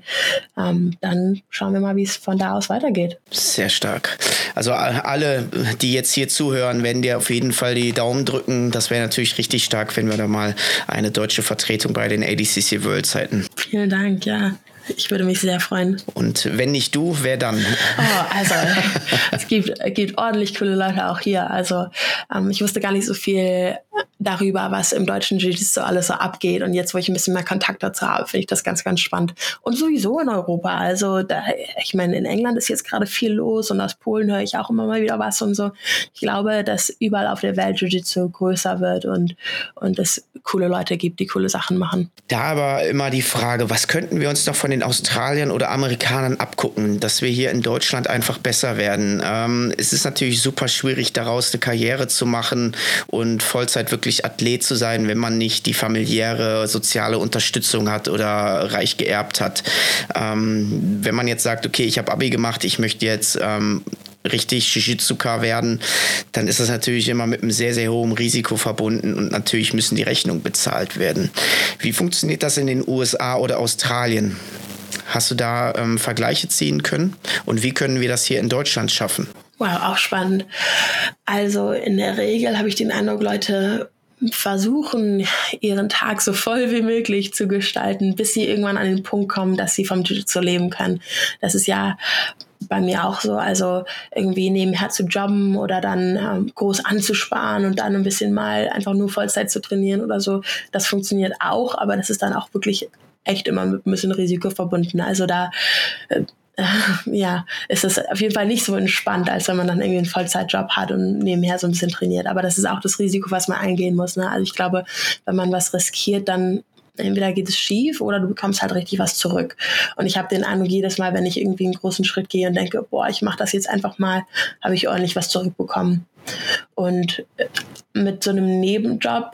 dann schauen wir mal, wie es von da aus weitergeht. Sehr stark. Also alle, die jetzt hier zuhören, werden dir auf jeden Fall die Daumen drücken. Das wäre natürlich richtig stark, wenn wir da mal eine deutsche Vertretung bei den ADCC Worlds hätten. Vielen Dank, ja. Ich würde mich sehr freuen. Und wenn nicht du, wer dann? Oh, also es gibt ordentlich coole Leute auch hier. Also ich wusste gar nicht so viel darüber, was im deutschen Jiu-Jitsu alles so abgeht. Und jetzt, wo ich ein bisschen mehr Kontakt dazu habe, finde ich das ganz, ganz spannend. Und sowieso in Europa. Also ich meine, in England ist jetzt gerade viel los und aus Polen höre ich auch immer mal wieder was und so. Ich glaube, dass überall auf der Welt Jiu-Jitsu größer wird und es coole Leute gibt, die coole Sachen machen. Da aber immer die Frage, was könnten wir uns noch von den Australiern oder Amerikanern abgucken, dass wir hier in Deutschland einfach besser werden? Es ist natürlich super schwierig, daraus eine Karriere zu machen und Vollzeit wirklich möglich, Athlet zu sein, wenn man nicht die familiäre, soziale Unterstützung hat oder reich geerbt hat. Wenn man jetzt sagt, okay, ich habe Abi gemacht, ich möchte jetzt richtig Jiu-Jitsuka werden, dann ist das natürlich immer mit einem sehr, sehr hohen Risiko verbunden und natürlich müssen die Rechnungen bezahlt werden. Wie funktioniert das in den USA oder Australien? Hast du da Vergleiche ziehen können? Und wie können wir das hier in Deutschland schaffen? Wow, auch spannend. Also in der Regel habe ich den Eindruck, Leute versuchen, ihren Tag so voll wie möglich zu gestalten, bis sie irgendwann an den Punkt kommen, dass sie vom Jiu-Jitsu leben können. Das ist ja bei mir auch so, also irgendwie nebenher zu jobben oder dann groß anzusparen und dann ein bisschen mal einfach nur Vollzeit zu trainieren oder so. Das funktioniert auch, aber das ist dann auch wirklich echt immer mit ein bisschen Risiko verbunden. Also da ist es auf jeden Fall nicht so entspannt, als wenn man dann irgendwie einen Vollzeitjob hat und nebenher so ein bisschen trainiert. Aber das ist auch das Risiko, was man eingehen muss. Ne? Also ich glaube, wenn man was riskiert, dann entweder geht es schief oder du bekommst halt richtig was zurück. Und ich habe den Eindruck, jedes Mal, wenn ich irgendwie einen großen Schritt gehe und denke, boah, ich mache das jetzt einfach mal, habe ich ordentlich was zurückbekommen. Und mit so einem Nebenjob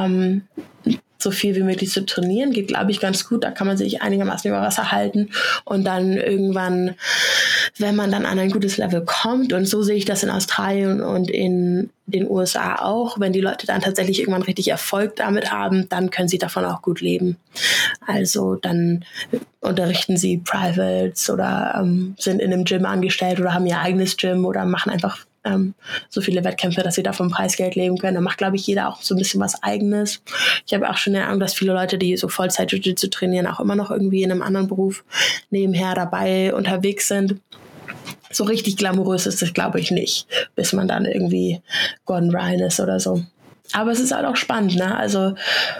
so viel wie möglich zu trainieren, geht, glaube ich, ganz gut. Da kann man sich einigermaßen über Wasser halten und dann irgendwann, wenn man dann an ein gutes Level kommt, und so sehe ich das in Australien und in den USA auch, wenn die Leute dann tatsächlich irgendwann richtig Erfolg damit haben, dann können sie davon auch gut leben. Also dann unterrichten sie Privates oder sind in einem Gym angestellt oder haben ihr eigenes Gym oder machen einfach so viele Wettkämpfe, dass sie da vom Preisgeld leben können. Da macht, glaube ich, jeder auch so ein bisschen was Eigenes. Ich habe auch schon den Eindruck, dass viele Leute, die so Vollzeit-Jiu-Jitsu trainieren, auch immer noch irgendwie in einem anderen Beruf nebenher dabei unterwegs sind. So richtig glamourös ist das, glaube ich, nicht, bis man dann irgendwie Gordon Ryan ist oder so. Aber es ist halt auch spannend, ne? Also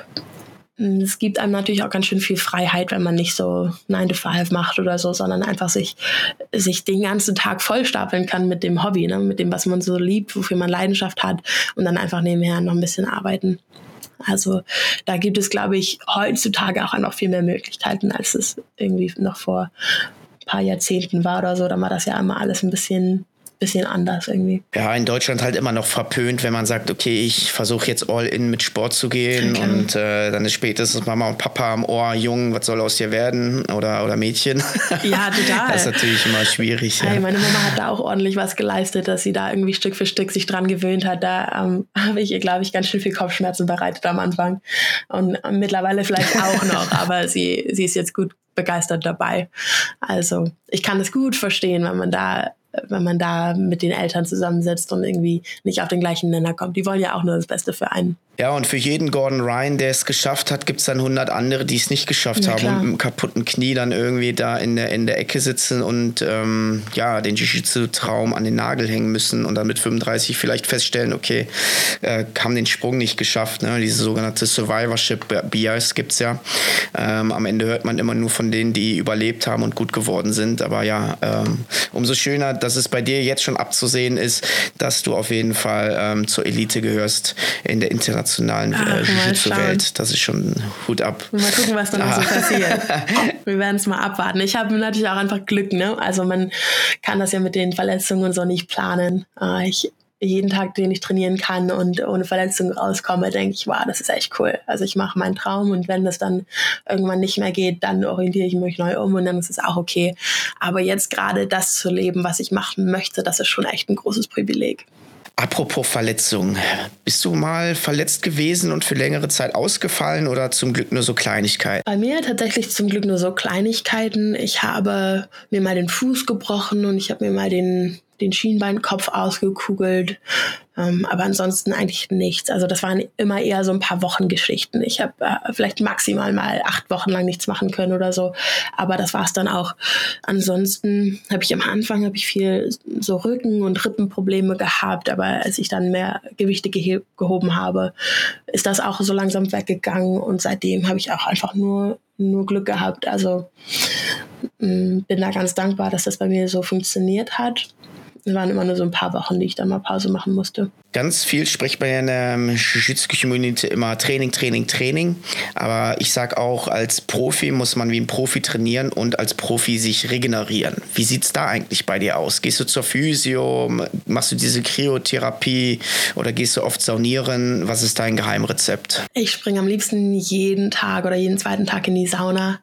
es gibt einem natürlich auch ganz schön viel Freiheit, wenn man nicht so 9 to 5 macht oder so, sondern einfach sich den ganzen Tag vollstapeln kann mit dem Hobby, ne? Mit dem, was man so liebt, wofür man Leidenschaft hat, und dann einfach nebenher noch ein bisschen arbeiten. Also da gibt es, glaube ich, heutzutage auch einfach viel mehr Möglichkeiten, als es irgendwie noch vor ein paar Jahrzehnten war oder so. Da war das ja immer alles ein bisschen anders irgendwie. Ja, in Deutschland halt immer noch verpönt, wenn man sagt, okay, ich versuche jetzt all in mit Sport zu gehen, okay. Und dann ist spätestens Mama und Papa am Ohr, Jung, was soll aus dir werden? Oder Mädchen. Ja, total. Das ist natürlich immer schwierig. Ja. Hey, meine Mama hat da auch ordentlich was geleistet, dass sie da irgendwie Stück für Stück sich dran gewöhnt hat. Da habe ich ihr, glaube ich, ganz schön viel Kopfschmerzen bereitet am Anfang. Und mittlerweile vielleicht auch noch, aber sie ist jetzt gut begeistert dabei. Also ich kann es gut verstehen, wenn man da mit den Eltern zusammensitzt und irgendwie nicht auf den gleichen Nenner kommt. Die wollen ja auch nur das Beste für einen. Ja, und für jeden Gordon Ryan, der es geschafft hat, gibt es dann 100 andere, die es nicht geschafft haben und mit einem kaputten Knie dann irgendwie da in der Ecke sitzen und den Jiu-Jitsu-Traum an den Nagel hängen müssen und dann mit 35 vielleicht feststellen, okay, haben den Sprung nicht geschafft. Ne? Diese sogenannte Survivorship Bias gibt es ja. Am Ende hört man immer nur von denen, die überlebt haben und gut geworden sind. Aber ja, umso schöner, dass es bei dir jetzt schon abzusehen ist, dass du auf jeden Fall zur Elite gehörst in der internationalen Jiu-Jitsu-Welt. Das ist schon Hut ab. Mal gucken, was dann noch so passiert. Wir werden es mal abwarten. Ich habe natürlich auch einfach Glück, ne? Also man kann das ja mit den Verletzungen und so nicht planen. Jeden Tag, den ich trainieren kann und ohne Verletzung rauskomme, denke ich, wow, das ist echt cool. Also ich mache meinen Traum, und wenn das dann irgendwann nicht mehr geht, dann orientiere ich mich neu um und dann ist es auch okay. Aber jetzt gerade das zu leben, was ich machen möchte, das ist schon echt ein großes Privileg. Apropos Verletzung, bist du mal verletzt gewesen und für längere Zeit ausgefallen oder zum Glück nur so Kleinigkeiten? Bei mir tatsächlich zum Glück nur so Kleinigkeiten. Ich habe mir mal den Fuß gebrochen und ich habe mir mal den Schienbeinkopf ausgekugelt, aber ansonsten eigentlich nichts. Also das waren immer eher so ein paar Wochengeschichten. Ich habe vielleicht maximal mal 8 Wochen lang nichts machen können oder so, aber das war es dann auch. Ansonsten habe ich am Anfang viel so Rücken- und Rippenprobleme gehabt, aber als ich dann mehr Gewichte gehoben habe, ist das auch so langsam weggegangen, und seitdem habe ich auch einfach nur Glück gehabt. Also bin da ganz dankbar, dass das bei mir so funktioniert hat. es waren immer nur so ein paar Wochen, die ich dann mal Pause machen musste. Ganz viel spricht man ja in der Jiu-Jitsu-Community immer Training, Training, Training. Aber ich sag auch, als Profi muss man wie ein Profi trainieren und als Profi sich regenerieren. Wie sieht's da eigentlich bei dir aus? Gehst du zur Physio? Machst du diese Kryotherapie? Oder gehst du oft saunieren? Was ist dein Geheimrezept? Ich springe am liebsten jeden Tag oder jeden zweiten Tag in die Sauna.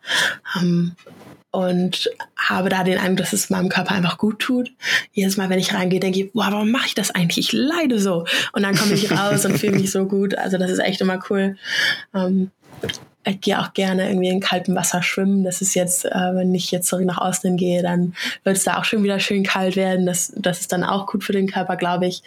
Und habe da den Eindruck, dass es meinem Körper einfach gut tut. Jedes Mal, wenn ich reingehe, denke ich, boah, warum mache ich das eigentlich? Ich leide so. Und dann komme ich raus und fühle mich so gut. Also das ist echt immer cool. Ich gehe auch gerne irgendwie in kaltem Wasser schwimmen. Das ist jetzt, wenn ich jetzt zurück nach Austin gehe, dann wird es da auch schon wieder schön kalt werden. Das ist dann auch gut für den Körper, glaube ich.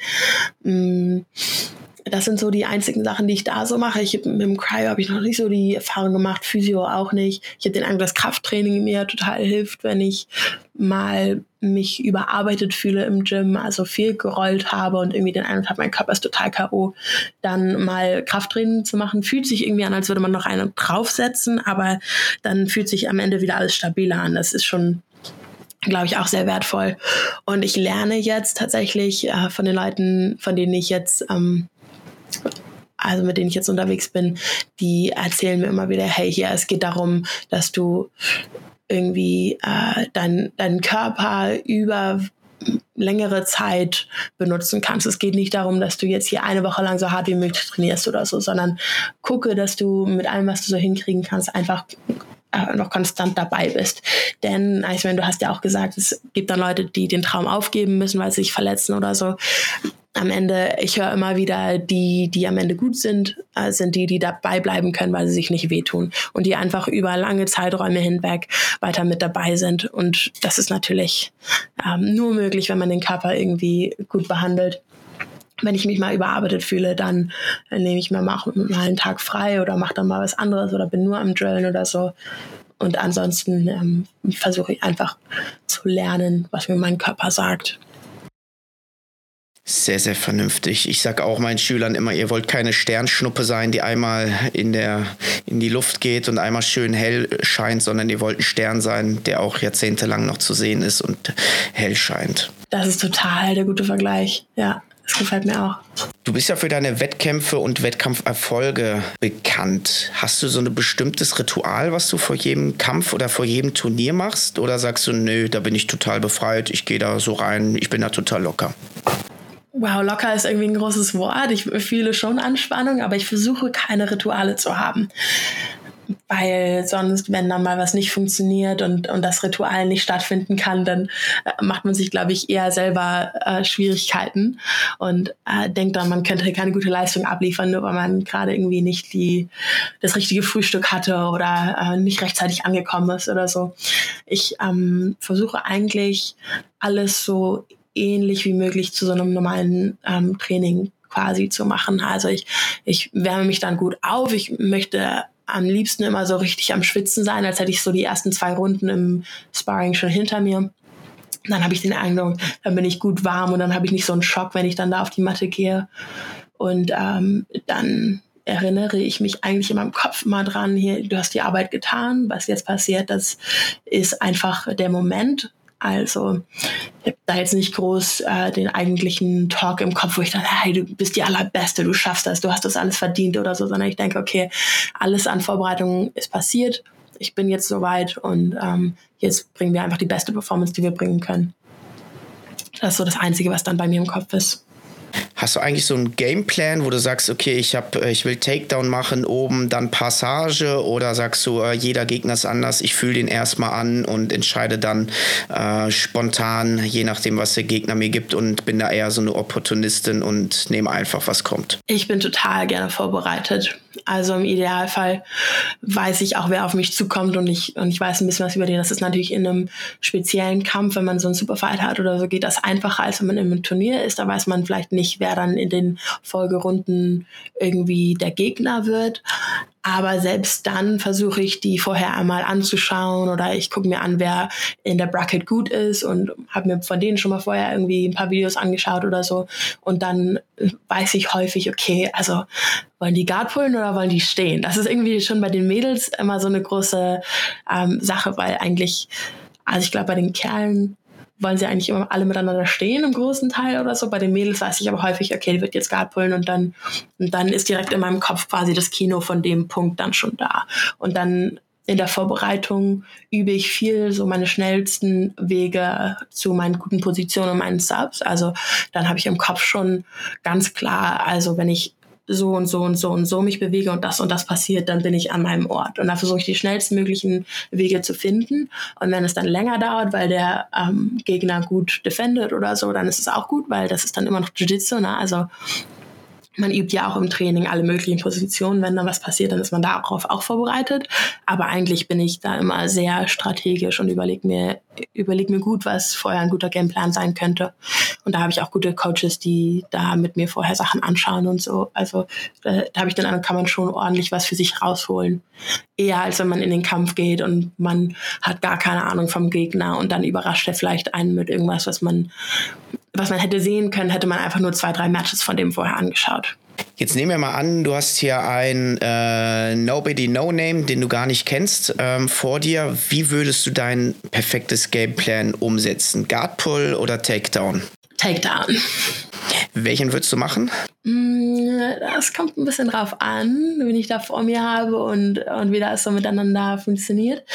Das sind so die einzigen Sachen, die ich da so mache. Mit dem Cryo habe ich noch nicht so die Erfahrung gemacht, Physio auch nicht. Ich habe den Eindruck, dass Krafttraining mir total hilft, wenn ich mal mich überarbeitet fühle im Gym, also viel gerollt habe und irgendwie den Eindruck habe, mein Körper ist total K.O., dann mal Krafttraining zu machen, fühlt sich irgendwie an, als würde man noch einen draufsetzen, aber dann fühlt sich am Ende wieder alles stabiler an. Das ist schon, glaube ich, auch sehr wertvoll. Und ich lerne jetzt tatsächlich von den Leuten, von denen ich jetzt mit denen ich jetzt unterwegs bin, die erzählen mir immer wieder, hey, hier, es geht darum, dass du irgendwie deinen Körper über längere Zeit benutzen kannst. Es geht nicht darum, dass du jetzt hier eine Woche lang so hart wie möglich trainierst oder so, sondern gucke, dass du mit allem, was du so hinkriegen kannst, einfach noch konstant dabei bist. Denn, ich meine, du hast ja auch gesagt, es gibt dann Leute, die den Traum aufgeben müssen, weil sie sich verletzen oder so. Am Ende, ich höre immer wieder, die am Ende gut sind, sind die dabei bleiben können, weil sie sich nicht wehtun und die einfach über lange Zeiträume hinweg weiter mit dabei sind. Und das ist natürlich nur möglich, wenn man den Körper irgendwie gut behandelt. Wenn ich mich mal überarbeitet fühle, dann nehme ich mir mal einen Tag frei oder mache dann mal was anderes oder bin nur am Drillen oder so. Und ansonsten versuche ich einfach zu lernen, was mir mein Körper sagt. Sehr, sehr vernünftig. Ich sage auch meinen Schülern immer, ihr wollt keine Sternschnuppe sein, die einmal in die Luft geht und einmal schön hell scheint, sondern ihr wollt ein Stern sein, der auch jahrzehntelang noch zu sehen ist und hell scheint. Das ist total der gute Vergleich, ja. Das gefällt mir auch. Du bist ja für deine Wettkämpfe und Wettkampferfolge bekannt. Hast du so ein bestimmtes Ritual, was du vor jedem Kampf oder vor jedem Turnier machst? Oder sagst du, nö, da bin ich total befreit, ich gehe da so rein, ich bin da total locker? Wow, locker ist irgendwie ein großes Wort. Ich fühle schon Anspannung, aber ich versuche keine Rituale zu haben. Weil sonst, wenn dann mal was nicht funktioniert und das Ritual nicht stattfinden kann, dann macht man sich, glaube ich, eher selber Schwierigkeiten und denkt dann, man könnte keine gute Leistung abliefern, nur weil man gerade irgendwie nicht das richtige Frühstück hatte oder nicht rechtzeitig angekommen ist oder so. Ich versuche eigentlich alles so ähnlich wie möglich zu so einem normalen Training quasi zu machen. Also ich wärme mich dann gut auf. Ich möchte am liebsten immer so richtig am Schwitzen sein, als hätte ich so die ersten 2 Runden im Sparring schon hinter mir. Dann habe ich den Eindruck, dann bin ich gut warm und dann habe ich nicht so einen Schock, wenn ich dann da auf die Matte gehe. Und dann erinnere ich mich eigentlich in meinem Kopf mal dran, hier, du hast die Arbeit getan, was jetzt passiert, das ist einfach der Moment. Also ich habe da jetzt nicht groß den eigentlichen Talk im Kopf, wo ich dachte, hey, du bist die Allerbeste, du schaffst das, du hast das alles verdient oder so, sondern ich denke, okay, alles an Vorbereitungen ist passiert, ich bin jetzt soweit und jetzt bringen wir einfach die beste Performance, die wir bringen können. Das ist so das Einzige, was dann bei mir im Kopf ist. Hast du eigentlich so einen Gameplan, wo du sagst, okay, ich will Takedown machen, oben dann Passage, oder sagst du, jeder Gegner ist anders, ich fühle den erstmal an und entscheide dann spontan, je nachdem, was der Gegner mir gibt, und bin da eher so eine Opportunistin und nehme einfach, was kommt? Ich bin total gerne vorbereitet. Also im Idealfall weiß ich auch, wer auf mich zukommt und ich weiß ein bisschen was über den. Das ist natürlich in einem speziellen Kampf, wenn man so einen Superfighter hat oder so, geht das einfacher, als wenn man in einem Turnier ist. Da weiß man vielleicht nicht, wer dann in den Folgerunden irgendwie der Gegner wird. Aber selbst dann versuche ich, die vorher einmal anzuschauen oder ich gucke mir an, wer in der Bracket gut ist und habe mir von denen schon mal vorher irgendwie ein paar Videos angeschaut oder so. Und dann weiß ich häufig, okay, also wollen die Guard pullen oder wollen die stehen? Das ist irgendwie schon bei den Mädels immer so eine große Sache, weil eigentlich, also ich glaube, bei den Kerlen wollen sie eigentlich immer alle miteinander stehen im großen Teil oder so. Bei den Mädels weiß ich aber häufig, okay, die wird jetzt Guard pullen und dann ist direkt in meinem Kopf quasi das Kino von dem Punkt dann schon da. Und dann in der Vorbereitung übe ich viel so meine schnellsten Wege zu meinen guten Positionen und meinen Subs. Also dann habe ich im Kopf schon ganz klar, also wenn ich so und so und so und so mich bewege und das passiert, dann bin ich an meinem Ort. Und da versuche ich die schnellsten möglichen Wege zu finden. Und wenn es dann länger dauert, weil der Gegner gut defendet oder so, dann ist es auch gut, weil das ist dann immer noch Jiu-Jitsu, ne? Also man übt ja auch im Training alle möglichen Positionen. Wenn dann was passiert, dann ist man darauf auch vorbereitet. Aber eigentlich bin ich da immer sehr strategisch und überleg mir gut, was vorher ein guter Gameplan sein könnte. Und da habe ich auch gute Coaches, die da mit mir vorher Sachen anschauen und so. Also da habe ich den Eindruck, kann man schon ordentlich was für sich rausholen. Eher als wenn man in den Kampf geht und man hat gar keine Ahnung vom Gegner und dann überrascht er vielleicht einen mit irgendwas, was man hätte sehen können, hätte man einfach nur 2-3 Matches von dem vorher angeschaut. Jetzt nehmen wir mal an, du hast hier ein Nobody No Name, den du gar nicht kennst, vor dir. Wie würdest du dein perfektes Gameplan umsetzen? Guard Pull oder Takedown? Takedown. Welchen würdest du machen? Das kommt ein bisschen drauf an, wen ich da vor mir habe und wie das so miteinander funktioniert.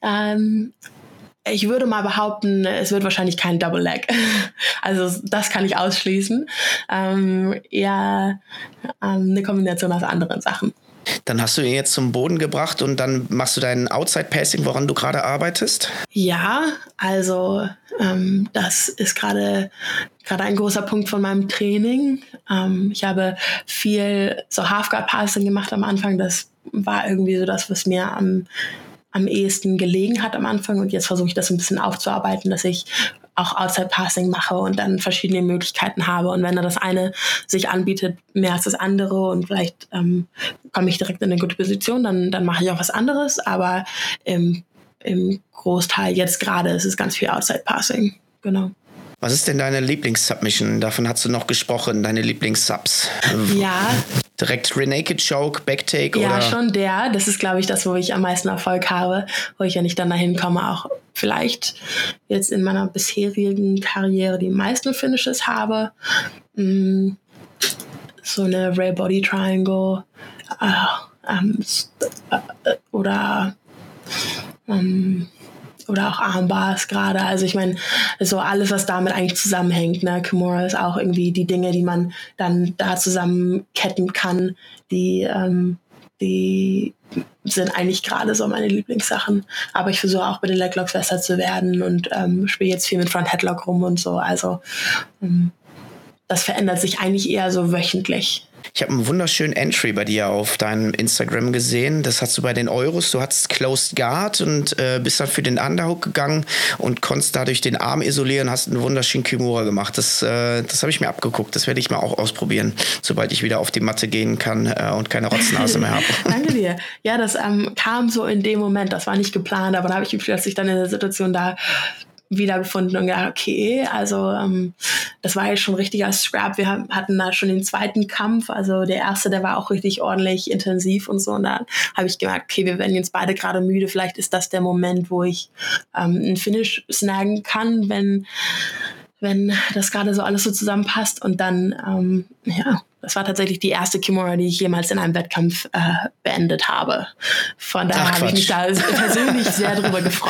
Ich würde mal behaupten, es wird wahrscheinlich kein Double Leg. Also das kann ich ausschließen. Eher eine Kombination aus anderen Sachen. Dann hast du ihn jetzt zum Boden gebracht und dann machst du dein Outside-Passing, woran du gerade arbeitest? Ja, also das ist gerade ein großer Punkt von meinem Training. Ich habe viel so Half-Guard-Passing gemacht am Anfang. Das war irgendwie so das, was mir am ehesten gelegen hat am Anfang. Und jetzt versuche ich das ein bisschen aufzuarbeiten, dass ich auch Outside-Passing mache und dann verschiedene Möglichkeiten habe. Und wenn da das eine sich anbietet, mehr als das andere und vielleicht komme ich direkt in eine gute Position, dann mache ich auch was anderes. Aber im Großteil jetzt gerade ist es ganz viel Outside-Passing. Genau. Was ist denn deine Lieblings-Submission? Davon hast du noch gesprochen, deine Lieblings-Subs. Ja. Direkt Renaked Choke, Backtake ja, oder? Ja, schon der. Das ist, glaube ich, das, wo ich am meisten Erfolg habe, wo ich, wenn ich dann dahin komme, auch vielleicht jetzt in meiner bisherigen Karriere die meisten Finishes habe. So eine Rear Body Triangle oder auch Armbars gerade. Also ich meine, so alles, was damit eigentlich zusammenhängt. Ne? Kimura ist auch irgendwie die Dinge, die man dann da zusammenketten kann, die sind eigentlich gerade so meine Lieblingssachen. Aber ich versuche auch bei den Leglocks besser zu werden und spiele jetzt viel mit Front Headlock rum und so. Also das verändert sich eigentlich eher so wöchentlich. Ich habe einen wunderschönen Entry bei dir auf deinem Instagram gesehen. Das hast du bei den Euros. Du hattest Closed Guard und bist dann für den Underhook gegangen und konntest dadurch den Arm isolieren, hast einen wunderschönen Kimura gemacht. Das habe ich mir abgeguckt. Das werde ich mal auch ausprobieren, sobald ich wieder auf die Matte gehen kann und keine Rotznase mehr habe. Danke dir. Ja, das kam so in dem Moment. Das war nicht geplant, aber da habe ich mich plötzlich dann in der Situation da wiedergefunden und gedacht, okay, also das war jetzt schon ein richtiger Scrap. Wir hatten da schon den zweiten Kampf, also der erste, der war auch richtig ordentlich intensiv und so. Und dann habe ich gemerkt, okay, wir werden jetzt beide gerade müde. Vielleicht ist das der Moment, wo ich einen Finish snaggen kann, wenn das gerade so alles so zusammenpasst. Und dann, das war tatsächlich die erste Kimura, die ich jemals in einem Wettkampf beendet habe. Von daher habe ich mich da persönlich sehr drüber gefreut.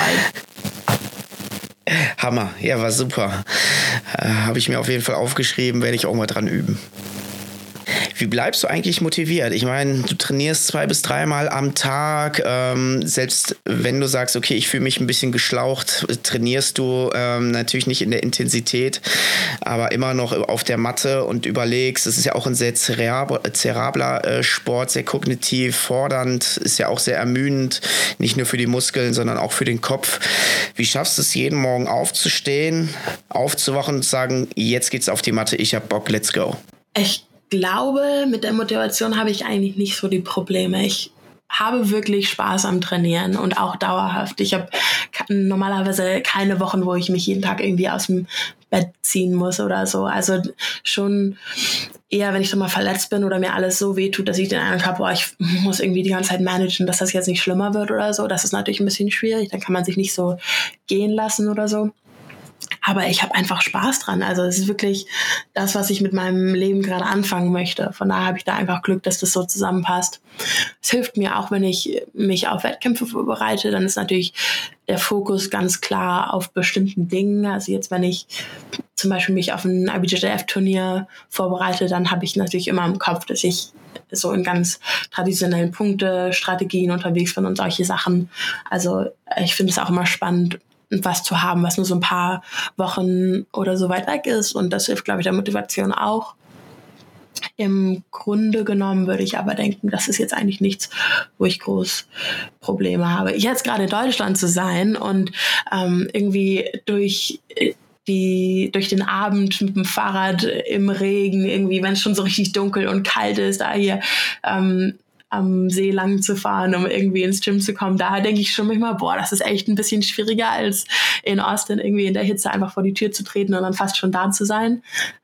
Hammer, ja, war super. Habe ich mir auf jeden Fall aufgeschrieben, werde ich auch mal dran üben. Wie bleibst du eigentlich motiviert? Ich meine, du trainierst 2 bis 3 Mal am Tag. Selbst wenn du sagst, okay, ich fühle mich ein bisschen geschlaucht, trainierst du natürlich nicht in der Intensität, aber immer noch auf der Matte und überlegst. Es ist ja auch ein sehr zerabler Sport, sehr kognitiv fordernd, ist ja auch sehr ermüdend, nicht nur für die Muskeln, sondern auch für den Kopf. Wie schaffst du es, jeden Morgen aufzustehen, aufzuwachen und zu sagen, jetzt geht's auf die Matte, ich hab Bock, let's go? Ich glaube, mit der Motivation habe ich eigentlich nicht so die Probleme. Ich habe wirklich Spaß am Trainieren und auch dauerhaft. Ich habe normalerweise keine Wochen, wo ich mich jeden Tag irgendwie aus dem Bett ziehen muss oder so. Also schon eher, wenn ich schon mal verletzt bin oder mir alles so wehtut, dass ich den Eindruck habe, ich muss irgendwie die ganze Zeit managen, dass das jetzt nicht schlimmer wird oder so. Das ist natürlich ein bisschen schwierig. Dann kann man sich nicht so gehen lassen oder so. Aber ich habe einfach Spaß dran. Also es ist wirklich das, was ich mit meinem Leben gerade anfangen möchte. Von daher habe ich da einfach Glück, dass das so zusammenpasst. Es hilft mir auch, wenn ich mich auf Wettkämpfe vorbereite, dann ist natürlich der Fokus ganz klar auf bestimmten Dingen. Also jetzt, wenn ich zum Beispiel mich auf ein IBJJF-Turnier vorbereite, dann habe ich natürlich immer im Kopf, dass ich so in ganz traditionellen Strategien unterwegs bin und solche Sachen. Also ich finde es auch immer spannend, was zu haben, was nur so ein paar Wochen oder so weit weg ist. Und das hilft, glaube ich, der Motivation auch. Im Grunde genommen würde ich aber denken, das ist jetzt eigentlich nichts, wo ich groß Probleme habe. Jetzt gerade in Deutschland zu sein und irgendwie durch den Abend mit dem Fahrrad im Regen, irgendwie, wenn es schon so richtig dunkel und kalt ist, da hier am See lang zu fahren, um irgendwie ins Gym zu kommen, da denke ich schon manchmal, das ist echt ein bisschen schwieriger als in Austin irgendwie in der Hitze einfach vor die Tür zu treten und dann fast schon da zu sein.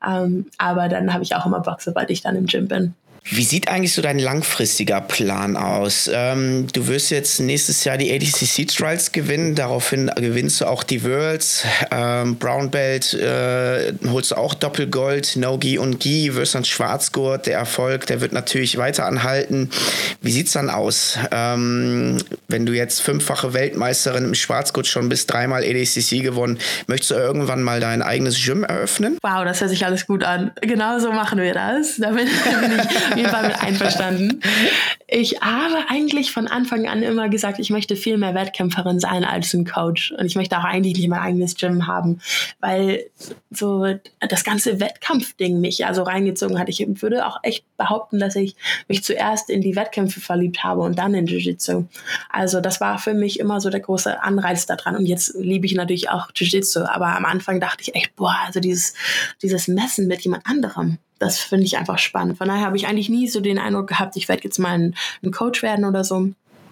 Aber dann habe ich auch immer Bock, sobald ich dann im Gym bin. Wie sieht eigentlich so dein langfristiger Plan aus? Du wirst jetzt nächstes Jahr die ADCC Trials gewinnen, daraufhin gewinnst du auch die Worlds, Brown Belt, holst du auch Doppelgold, No-Gi und Gi, wirst dann Schwarzgurt, der Erfolg, der wird natürlich weiter anhalten. Wie sieht's dann aus? Wenn du jetzt 5-fache Weltmeisterin im Schwarzgurt schon bist, 3-mal ADCC gewonnen, möchtest du irgendwann mal dein eigenes Gym eröffnen? Wow, das hört sich alles gut an. Genau so machen wir das. Da bin ich auf jeden Fall mit einverstanden. Ich habe eigentlich von Anfang an immer gesagt, ich möchte viel mehr Wettkämpferin sein als ein Coach. Und ich möchte auch eigentlich nicht mein eigenes Gym haben, weil so das ganze Wettkampfding mich ja so reingezogen hat. Ich würde auch echt behaupten, dass ich mich zuerst in die Wettkämpfe verliebt habe und dann in Jiu-Jitsu. Also das war für mich immer so der große Anreiz daran. Und jetzt liebe ich natürlich auch Jiu-Jitsu. Aber am Anfang dachte ich echt, also dieses Messen mit jemand anderem, das finde ich einfach spannend. Von daher habe ich eigentlich nie so den Eindruck gehabt, ich werde jetzt mal ein Coach werden oder so.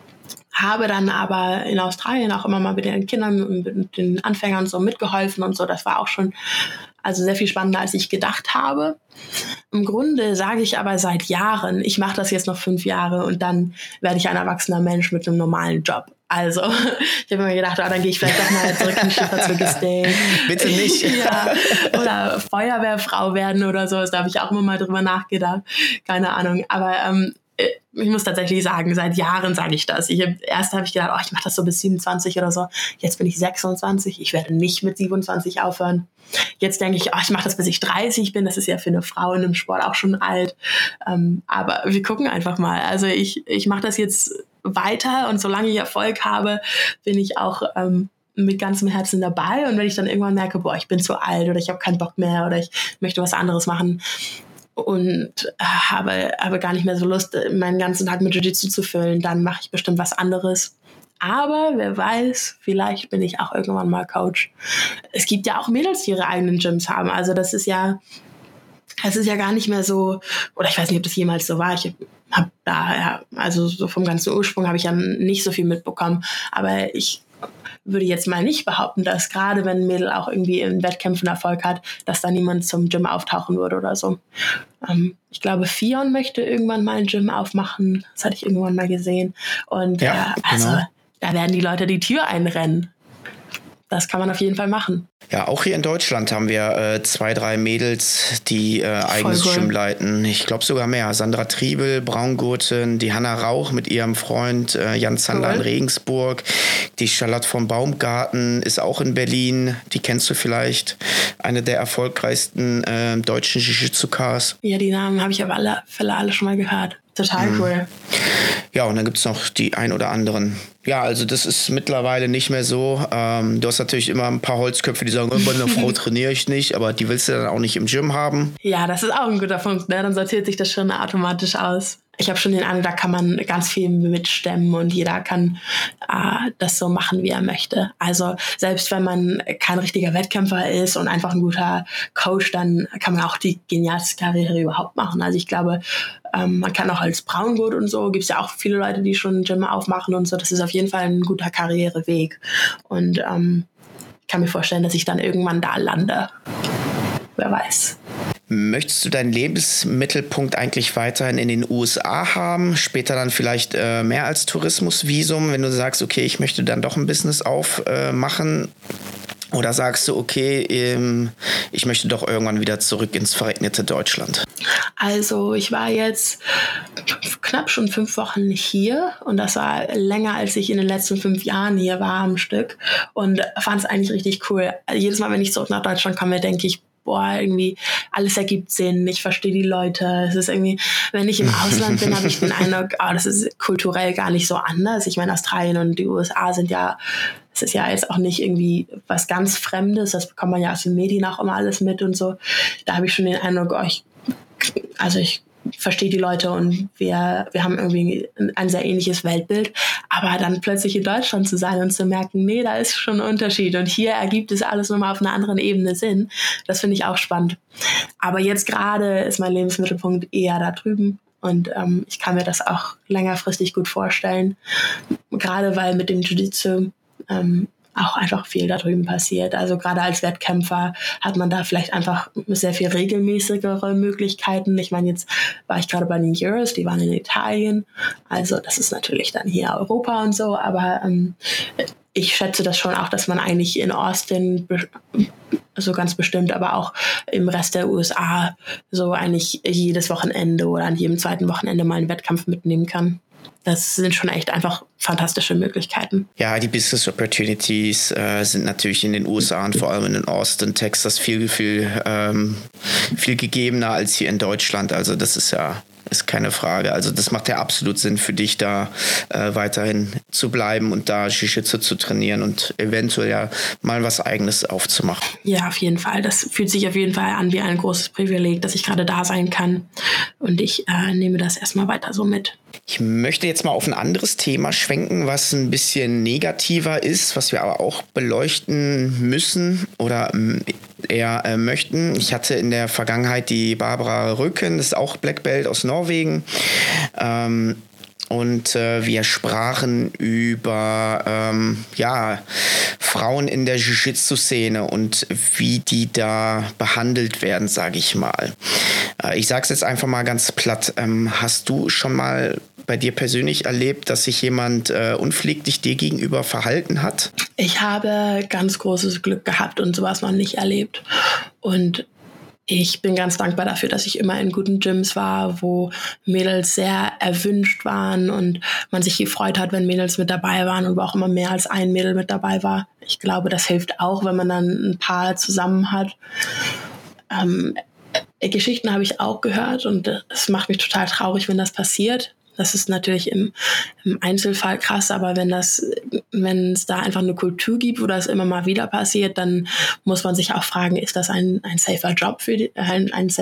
Habe dann aber in Australien auch immer mal mit den Kindern und mit den Anfängern so mitgeholfen und so. Das war auch schon sehr viel spannender, als ich gedacht habe. Im Grunde sage ich aber seit Jahren, ich mache das jetzt noch 5 Jahre und dann werde ich ein erwachsener Mensch mit einem normalen Job. Also, ich habe mir gedacht, dann gehe ich vielleicht doch mal zurück in die Schifffahrtslogistik. Bitte nicht. Ja, oder Feuerwehrfrau werden oder so. Da habe ich auch immer mal drüber nachgedacht. Keine Ahnung. Aber ich muss tatsächlich sagen, seit Jahren sage ich das. Erst habe ich gedacht, ich mache das so bis 27 oder so. Jetzt bin ich 26. Ich werde nicht mit 27 aufhören. Jetzt denke ich, ich mache das, bis ich 30 bin. Das ist ja für eine Frau in einem Sport auch schon alt. Aber wir gucken einfach mal. Also ich mache das jetzt weiter und solange ich Erfolg habe, bin ich auch mit ganzem Herzen dabei. Und wenn ich dann irgendwann merke, ich bin zu alt oder ich habe keinen Bock mehr oder ich möchte was anderes machen und habe gar nicht mehr so Lust, meinen ganzen Tag mit Jiu-Jitsu zu füllen, dann mache ich bestimmt was anderes. Aber wer weiß, vielleicht bin ich auch irgendwann mal Coach. Es gibt ja auch Mädels, die ihre eigenen Gyms haben. Also das ist ja gar nicht mehr so, oder ich weiß nicht, ob das jemals so war. Ich habe da, also so vom ganzen Ursprung habe ich ja nicht so viel mitbekommen. Aber ich würde jetzt mal nicht behaupten, dass gerade wenn ein Mädel auch irgendwie in Wettkämpfen Erfolg hat, dass da niemand zum Gym auftauchen würde oder so. Ich glaube, Fion möchte irgendwann mal ein Gym aufmachen. Das hatte ich irgendwann mal gesehen. Und ja, genau. Da werden die Leute die Tür einrennen. Das kann man auf jeden Fall machen. Ja, auch hier in Deutschland haben wir 2, 3 Mädels, die eigenes Gym leiten. Ich glaube sogar mehr. Sandra Triebel, Braungurten, die Hanna Rauch mit ihrem Freund Jan Zander in Regensburg. Die Charlotte vom Baumgarten ist auch in Berlin. Die kennst du vielleicht. Eine der erfolgreichsten deutschen Jiu-Jitsu-Cars. Ja, die Namen habe ich auf alle Fälle alle schon mal gehört. Total cool. Ja, und dann gibt es noch die ein oder anderen. Ja, also das ist mittlerweile nicht mehr so. Du hast natürlich immer ein paar Holzköpfe, die sagen, bei einer Frau trainiere ich nicht, aber die willst du dann auch nicht im Gym haben. Ja, das ist auch ein guter Punkt, ne? Dann sortiert sich das schon automatisch aus. Ich habe schon den Eindruck, da kann man ganz viel mitstemmen und jeder kann das so machen, wie er möchte. Also selbst wenn man kein richtiger Wettkämpfer ist und einfach ein guter Coach, dann kann man auch die genialste Karriere überhaupt machen. Also ich glaube, man kann auch als Braungurt und so, gibt es ja auch viele Leute, die schon ein Gym aufmachen und so. Das ist auf jeden Fall ein guter Karriereweg. Und ich kann mir vorstellen, dass ich dann irgendwann da lande. Wer weiß. Möchtest du deinen Lebensmittelpunkt eigentlich weiterhin in den USA haben? Später dann vielleicht mehr als Tourismusvisum, wenn du sagst, okay, ich möchte dann doch ein Business aufmachen? Oder sagst du, okay, ich möchte doch irgendwann wieder zurück ins verregnete Deutschland? Also ich war jetzt knapp schon 5 Wochen hier und das war länger, als ich in den letzten 5 Jahren hier war am Stück und fand es eigentlich richtig cool. Jedes Mal, wenn ich zurück nach Deutschland komme, denke ich, boah, irgendwie alles ergibt Sinn, ich verstehe die Leute. Es ist irgendwie, wenn ich im Ausland bin, habe ich den Eindruck, das ist kulturell gar nicht so anders. Ich meine, Australien und die USA sind ja, es ist ja jetzt auch nicht irgendwie was ganz Fremdes, das bekommt man ja aus den Medien auch immer alles mit und so. Da habe ich schon den Eindruck, ich verstehe die Leute und wir haben irgendwie ein sehr ähnliches Weltbild. Aber dann plötzlich in Deutschland zu sein und zu merken, nee, da ist schon ein Unterschied und hier ergibt es alles nochmal auf einer anderen Ebene Sinn. Das finde ich auch spannend. Aber jetzt gerade ist mein Lebensmittelpunkt eher da drüben und ich kann mir das auch längerfristig gut vorstellen. Gerade weil mit dem Jiu-Jitsu auch einfach viel da drüben passiert. Also gerade als Wettkämpfer hat man da vielleicht einfach sehr viel regelmäßigere Möglichkeiten. Ich meine, jetzt war ich gerade bei den Euros, die waren in Italien. Also das ist natürlich dann hier Europa und so, aber ich schätze das schon auch, dass man eigentlich in Austin so ganz bestimmt, aber auch im Rest der USA so eigentlich jedes Wochenende oder an jedem zweiten Wochenende mal einen Wettkampf mitnehmen kann. Das sind schon echt einfach fantastische Möglichkeiten. Ja, die Business Opportunities sind natürlich in den USA und vor allem in Austin, Texas viel gegebener als hier in Deutschland. Also das ist keine Frage. Also das macht ja absolut Sinn für dich, da weiterhin zu bleiben und da Jiu-Jitsu zu trainieren und eventuell ja mal was Eigenes aufzumachen. Ja, auf jeden Fall. Das fühlt sich auf jeden Fall an wie ein großes Privileg, dass ich gerade da sein kann. Und ich nehme das erstmal weiter so mit. Ich möchte jetzt mal auf ein anderes Thema schwenken, was ein bisschen negativer ist, was wir aber auch beleuchten müssen oder eher möchten. Ich hatte in der Vergangenheit die Barbara Röcken, das ist auch Black Belt aus Norwegen. Und wir sprachen über Frauen in der Jiu-Jitsu-Szene und wie die da behandelt werden, sage ich mal. Ich sage es jetzt einfach mal ganz platt. Hast du schon mal bei dir persönlich erlebt, dass sich jemand unpfleglich dir gegenüber verhalten hat? Ich habe ganz großes Glück gehabt und sowas noch nicht erlebt. Und ich bin ganz dankbar dafür, dass ich immer in guten Gyms war, wo Mädels sehr erwünscht waren und man sich gefreut hat, wenn Mädels mit dabei waren und wo auch immer mehr als ein Mädel mit dabei war. Ich glaube, das hilft auch, wenn man dann ein Paar zusammen hat. Geschichten habe ich auch gehört und es macht mich total traurig, wenn das passiert. Das ist natürlich im Einzelfall krass, aber wenn es da einfach eine Kultur gibt, wo das immer mal wieder passiert, dann muss man sich auch fragen, ist das ein safer Job für so eine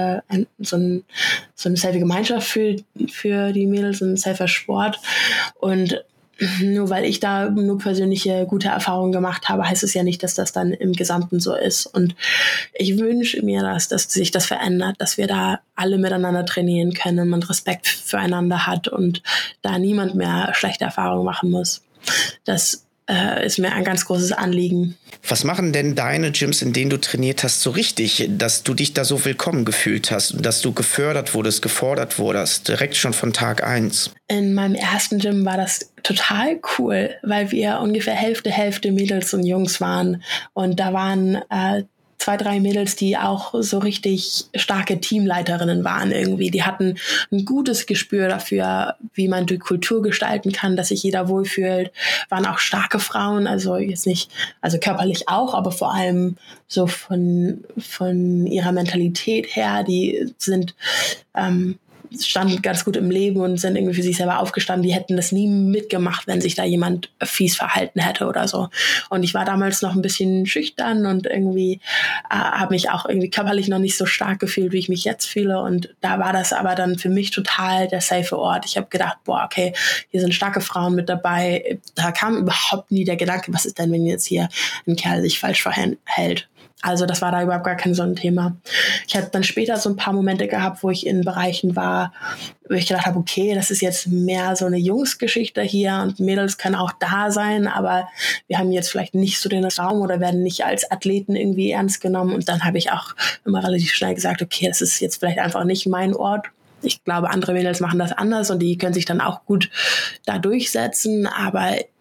safe Gemeinschaft für die Mädels, ein safer Sport? Und nur weil ich da nur persönliche gute Erfahrungen gemacht habe, heißt es ja nicht, dass das dann im Gesamten so ist. Und ich wünsche mir, dass sich das verändert, dass wir da alle miteinander trainieren können, man Respekt füreinander hat und da niemand mehr schlechte Erfahrungen machen muss. Das ist mir ein ganz großes Anliegen. Was machen denn deine Gyms, in denen du trainiert hast, so richtig, dass du dich da so willkommen gefühlt hast und dass du gefördert wurdest, gefordert wurdest, direkt schon von Tag 1? In meinem ersten Gym war das total cool, weil wir ungefähr Hälfte Mädels und Jungs waren. Und da waren 2, 3 Mädels, die auch so richtig starke Teamleiterinnen waren irgendwie. Die hatten ein gutes Gespür dafür, wie man die Kultur gestalten kann, dass sich jeder wohlfühlt. Waren auch starke Frauen, also jetzt nicht, also körperlich auch, aber vor allem so von ihrer Mentalität her. Die standen ganz gut im Leben und sind irgendwie für sich selber aufgestanden. Die hätten das nie mitgemacht, wenn sich da jemand fies verhalten hätte oder so. Und ich war damals noch ein bisschen schüchtern und irgendwie habe mich auch irgendwie körperlich noch nicht so stark gefühlt, wie ich mich jetzt fühle. Und da war das aber dann für mich total der safe Ort. Ich habe gedacht, okay, hier sind starke Frauen mit dabei. Da kam überhaupt nie der Gedanke, was ist denn, wenn jetzt hier ein Kerl sich falsch verhält? Also das war da überhaupt gar kein so ein Thema. Ich hatte dann später so ein paar Momente gehabt, wo ich in Bereichen war, wo ich gedacht habe, okay, das ist jetzt mehr so eine Jungsgeschichte hier und Mädels können auch da sein, aber wir haben jetzt vielleicht nicht so den Raum oder werden nicht als Athleten irgendwie ernst genommen. Und dann habe ich auch immer relativ schnell gesagt, okay, das ist jetzt vielleicht einfach nicht mein Ort. Ich glaube, andere Mädels machen das anders und die können sich dann auch gut da durchsetzen, aber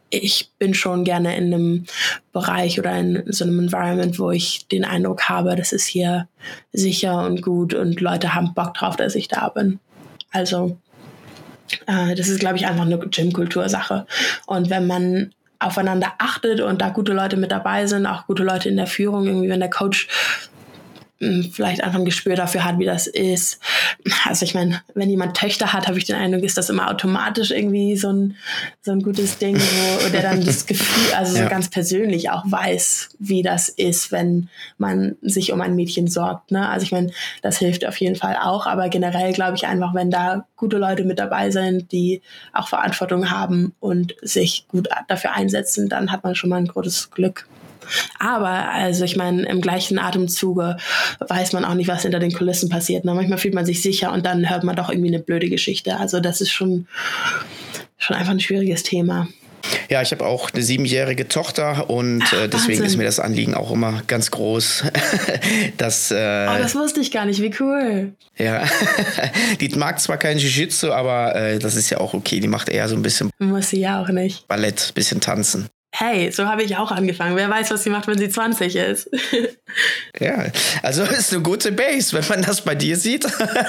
ich bin schon gerne in einem Bereich oder in so einem Environment, wo ich den Eindruck habe, das ist hier sicher und gut und Leute haben Bock drauf, dass ich da bin. Also das ist, glaube ich, einfach eine Gym-Kultur-Sache. Und wenn man aufeinander achtet und da gute Leute mit dabei sind, auch gute Leute in der Führung, irgendwie wenn der Coach vielleicht einfach ein Gespür dafür hat, wie das ist. Also ich meine, wenn jemand Töchter hat, habe ich den Eindruck, ist das immer automatisch irgendwie so ein gutes Ding, wo der dann das Gefühl, also so ganz persönlich auch weiß, wie das ist, wenn man sich um ein Mädchen sorgt. Ne? Also ich meine, das hilft auf jeden Fall auch, aber generell glaube ich einfach, wenn da gute Leute mit dabei sind, die auch Verantwortung haben und sich gut dafür einsetzen, dann hat man schon mal ein großes Glück. Aber, also ich meine, im gleichen Atemzuge weiß man auch nicht, was hinter den Kulissen passiert. Ne? Manchmal fühlt man sich sicher und dann hört man doch irgendwie eine blöde Geschichte. Also das ist schon einfach ein schwieriges Thema. Ja, ich habe auch eine 7-jährige Tochter und deswegen ist mir das Anliegen auch immer ganz groß. Das wusste ich gar nicht, wie cool. Ja, die mag zwar kein Jiu-Jitsu, aber das ist ja auch okay. Die macht eher so ein bisschen Muss sie ja auch nicht. Ballett, bisschen tanzen. Hey, so habe ich auch angefangen. Wer weiß, was sie macht, wenn sie 20 ist. Ja, also ist eine gute Base, wenn man das bei dir sieht.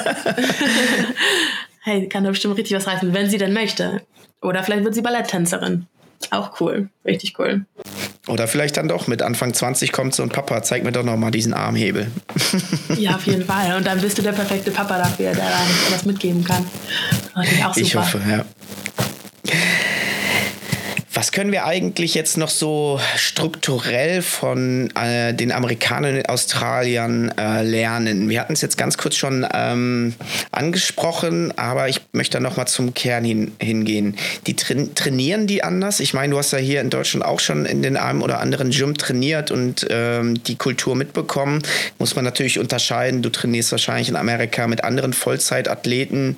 Hey, kann da bestimmt richtig was reißen, wenn sie denn möchte. Oder vielleicht wird sie Balletttänzerin. Auch cool, richtig cool. Oder vielleicht dann doch mit Anfang 20 kommt so ein Papa, zeig mir doch noch mal diesen Armhebel. Ja, auf jeden Fall. Und dann bist du der perfekte Papa dafür, der da was mitgeben kann. Das ist auch super. Ich hoffe, ja. Was können wir eigentlich jetzt noch so strukturell von den Amerikanern und Australiern lernen? Wir hatten es jetzt ganz kurz schon angesprochen, aber ich möchte noch mal zum Kern hingehen. Die trainieren die anders? Ich meine, du hast ja hier in Deutschland auch schon in den einem oder anderen Gym trainiert und die Kultur mitbekommen. Muss man natürlich unterscheiden. Du trainierst wahrscheinlich in Amerika mit anderen Vollzeitathleten,